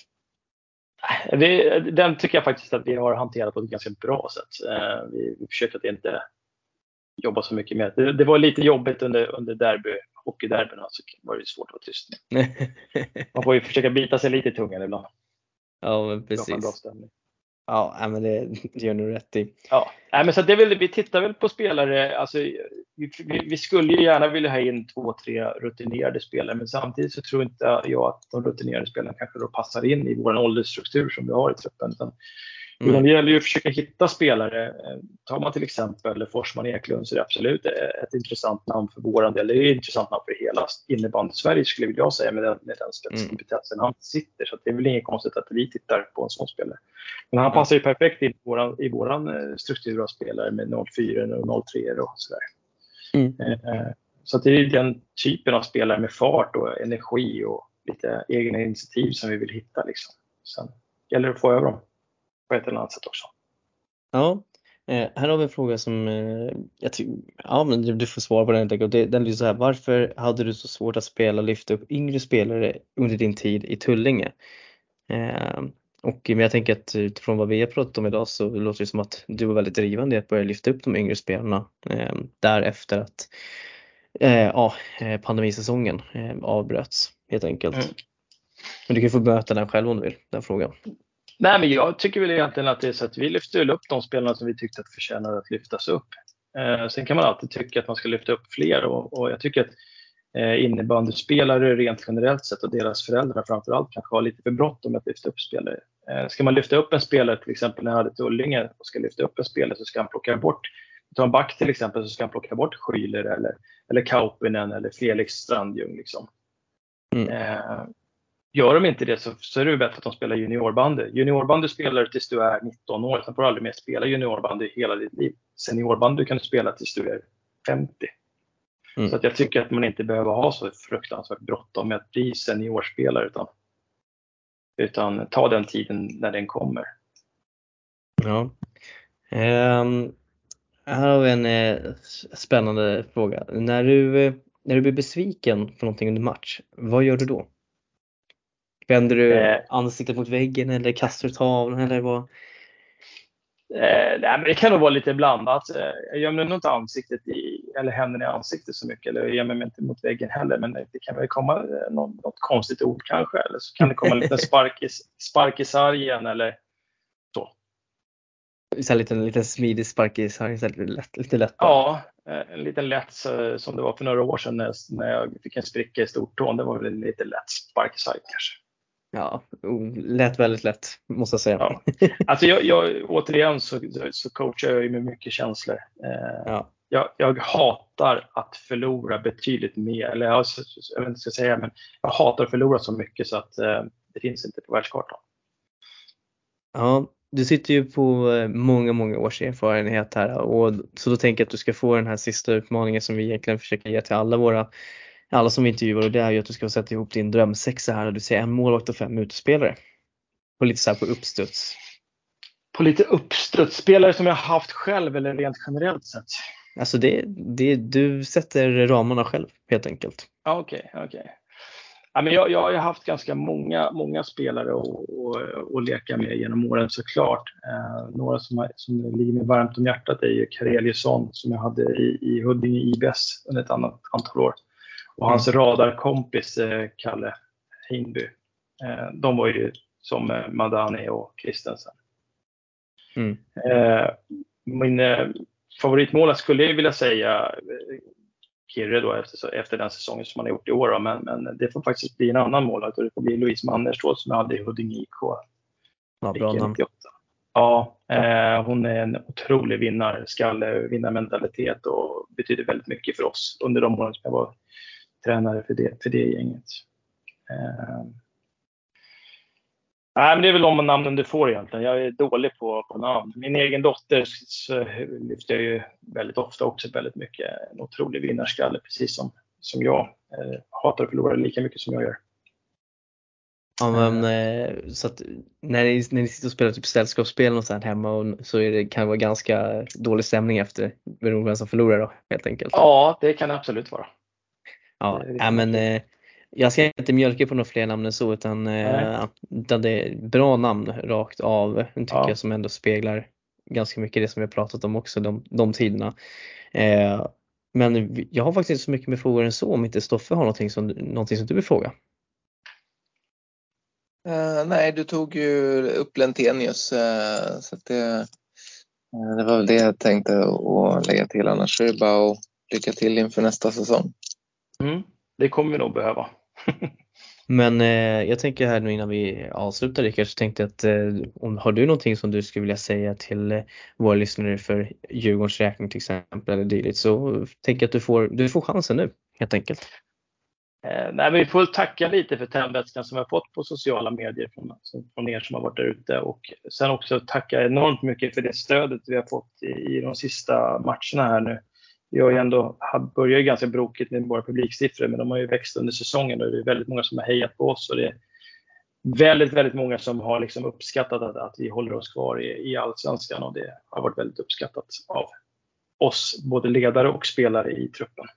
Den tycker jag faktiskt att vi har hanterat på ett ganska bra sätt. Vi försöker att inte jobba så mycket med. Det var lite jobbigt under hockeyderbyna, så var det svårt att vara tyst. Man får ju försöka bita sig lite i tungan ibland. Ja, men precis. Ja, men det gör nog rätt i. Ja, men så det är väl, vi tittar väl på spelare, alltså vi skulle ju gärna vilja ha in 2-3 rutinerade spelare, men samtidigt så tror inte jag att de rutinerade spelarna kanske då passar in i vår åldersstruktur som vi har i truppen. Utan det gäller ju att försöka hitta spelare. Tar man till exempel Forsman Eklund så är det absolut ett intressant namn för våran del. Det är ett intressant namn för hela innebandy Sverige skulle jag säga med den spetskompetensen han sitter. Så det är väl inget konstigt att vi tittar på en sån spelare. Men han passar ju perfekt i våran struktur av spelare med 04 och 03 och sådär. Så det är den typen av spelare med fart och energi och lite egna initiativ som vi vill hitta liksom. Sen gäller det att få över dem på ett eller annat sätt också. Ja, här har vi en fråga som men du får svara på den. Den lyder så här: varför hade du så svårt att lyfta upp yngre spelare under din tid i Tullinge? Men jag tänker att utifrån vad vi har pratat om idag så låter det som att du var väldigt drivande i att börja lyfta upp de yngre spelarna därefter att pandemisäsongen avbröts helt enkelt. Men du kan få möta den själv om du vill, den frågan. Nej, men jag tycker väl egentligen att det är så att vi lyfter upp de spelarna som vi tyckte att förtjänade att lyftas upp. Sen kan man alltid tycka att man ska lyfta upp fler och jag tycker att innebandyspelare rent generellt sett och deras föräldrar framförallt kanske har lite för bråttom att lyfta upp spelare. Ska man lyfta upp en spelare, till exempel när jag hade Tullinge och ska lyfta upp en spelare så ska han plocka bort, ta en back till exempel, så ska han plocka bort Schuyler eller Kaupinen eller Felix Strandjung liksom. Gör de inte det så är det bättre att de spelar juniorbandy. Juniorbandy spelar tills du är 19 år. Sen får du aldrig mer spela juniorbandy hela ditt liv. Seniorbandy kan du spela tills du är 50. Så att jag tycker att man inte behöver ha så fruktansvärt bråttom med att bli seniorspelare utan ta den tiden när den kommer. Ja. Här har vi en spännande fråga. När du blir besviken på någonting under match, vad gör du då? Vänder du ansiktet mot väggen eller kastar du tavlan eller vad? Nej, men det kan nog vara lite blandat. Jag gömmer nog inte ansiktet eller händerna i ansiktet så mycket. Eller jag gömmer mig inte mot väggen heller. Men det kan väl komma något konstigt ord kanske. Eller så kan det komma en liten spark i sargen eller så. Så en liten smidig spark i sargen, så lite lätt. Ja, en liten lätt som det var för några år sedan när jag fick en spricka i stortån. Det var väl en lite lätt spark i sargen kanske. Ja, lät väldigt lätt måste jag säga. Ja. Alltså jag återigen så coachar jag med mycket känslor. Jag hatar att förlora betydligt mer. Eller jag vet inte vad jag ska säga, men jag hatar att förlora så mycket så att det finns inte på världskartan. Ja, du sitter ju på många års erfarenhet här och så då tänker jag att du ska få den här sista utmaningen som vi egentligen försöker ge till alla som vi intervjuar, och det är ju att du ska sätta ihop din drömsexa här, du ser en målvakt och 5 utespelare. Och lite så här på uppstuds. På lite uppstudsspelare som jag har haft själv eller rent generellt sett? Alltså du sätter ramarna själv helt enkelt. Okej. Ja, men jag har haft ganska många spelare att leka med genom åren såklart. Några som ligger mig varmt om hjärtat är ju Kareliusson som jag hade i Huddinge IBS under ett annat antal år. Och hans radarkompis Kalle Hinby. De var ju som Madani och Kristensen. Min favoritmålare skulle jag vilja säga Kirre då efter den säsongen som han har gjort i år. Då. Men det får faktiskt bli en annan målare. Det får bli Louise Mannerstråd som jag hade i Huddinge IK. Ja, bra namn. Ja, hon är en otrolig vinnarmentalitet och betyder väldigt mycket för oss under de åren som jag var tränare för det gänget. Nej, men det är väl de namnen du får egentligen. Jag är dålig på namn. Min egen dotter så lyfter jag ju väldigt ofta också väldigt mycket. En otrolig vinnarskalle, precis som jag. Hatar att förlora lika mycket som jag gör. Ja, men så att när ni sitter och spelar typ sällskapsspel och sånt hemma så kan det vara ganska dålig stämning efter beroende på vem som förlorar då, helt enkelt. Ja, det kan det absolut vara. Ja, men jag ska inte mjölka på några fler namn än så utan det är bra namn rakt av, tycker jag, som ändå speglar ganska mycket det som vi har pratat om också de tiderna. Men jag har faktiskt inte så mycket med frågor än så, om inte Stoffe har någonting som du vill fråga. Nej, du tog ju upp Lentenius, så att det var väl det jag tänkte att lägga till. Annars är det bara att lycka till inför nästa säsong. Det kommer vi nog behöva. Men jag tänker här nu innan vi avslutar, Rickard, så tänkte jag att har du någonting som du skulle vilja säga till våra lyssnare för Djurgårdens räkning till exempel eller dylikt, så tänker jag att du får chansen nu helt enkelt. Nej, men vi får tacka lite för tändvätskan som vi har fått på sociala medier från er som har varit där ute, och sen också tacka enormt mycket för det stödet vi har fått i de sista matcherna här nu. Vi har ju ändå börjat ganska brokigt med våra publiksiffror, men de har ju växt under säsongen och det är väldigt många som har hejat på oss, och det är väldigt, väldigt många som har liksom uppskattat att vi håller oss kvar i Allsvenskan, och det har varit väldigt uppskattat av oss, både ledare och spelare i truppen.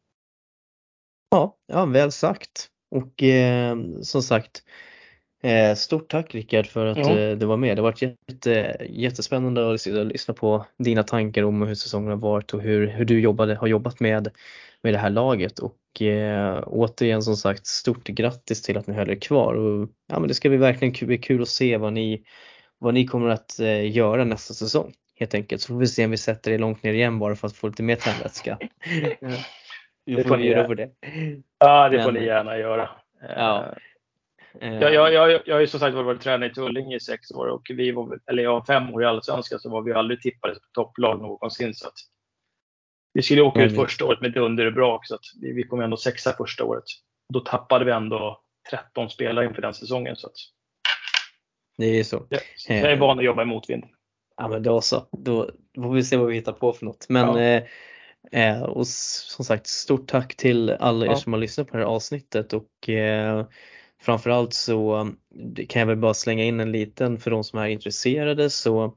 Ja, väl sagt. Och som sagt, stort tack Rickard för att du var med. Det har varit jättespännande att lyssna på dina tankar om hur säsongen har varit och hur du har jobbat med det här laget. Och återigen som sagt, stort grattis till att ni höll er kvar. Och, ja, men det ska bli verkligen bli kul att se vad ni kommer att göra nästa säsong. Helt enkelt. Så får vi se om vi sätter er långt ner igen bara för att få lite mer tändvätska. Det får ni göra för det. Ja, det får ni gärna göra. Ja. Jag har ju som sagt varit tränare i Tullinge i 6 år, och vi var 5 år i Allsvenskan, så var vi aldrig tippade på topplag någonsin, så att vi skulle åka ut första året med dunder och brak, så att vi kom ändå 6 första året. Då tappade vi ändå 13 spelare inför den säsongen, så att det är så. Jag är van att jobba i motvind. Ja, men då så. Då får vi se vad vi hittar på för något. Men och som sagt, stort tack till alla er som har lyssnat på det här avsnittet, och framförallt så kan jag väl bara slänga in en liten för de som är intresserade, så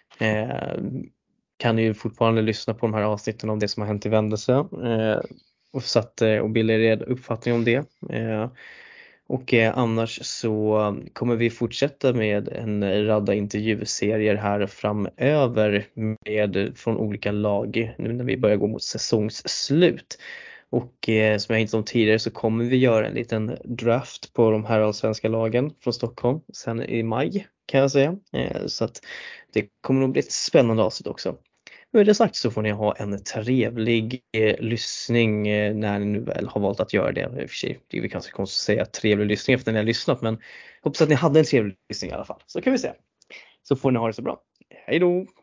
kan ni ju fortfarande lyssna på de här avsnitten om det som har hänt i Vändelse och bilda er uppfattning om det. Och annars så kommer vi fortsätta med en radda intervjuserier här framöver från olika lag nu när vi börjar gå mot säsongsslut. Och som jag inte om tidigare så kommer vi göra en liten draft på de här allsvenska lagen från Stockholm sen i maj, kan jag säga. Så att det kommer nog bli ett spännande avsnitt också. Med det sagt så får ni ha en trevlig lyssning när ni nu väl har valt att göra det. I och för sig, det är kanske konstigt att säga trevlig lyssning efter när ni har lyssnat, men hoppas att ni hade en trevlig lyssning i alla fall. Så kan vi se. Så får ni ha det så bra. Hej då!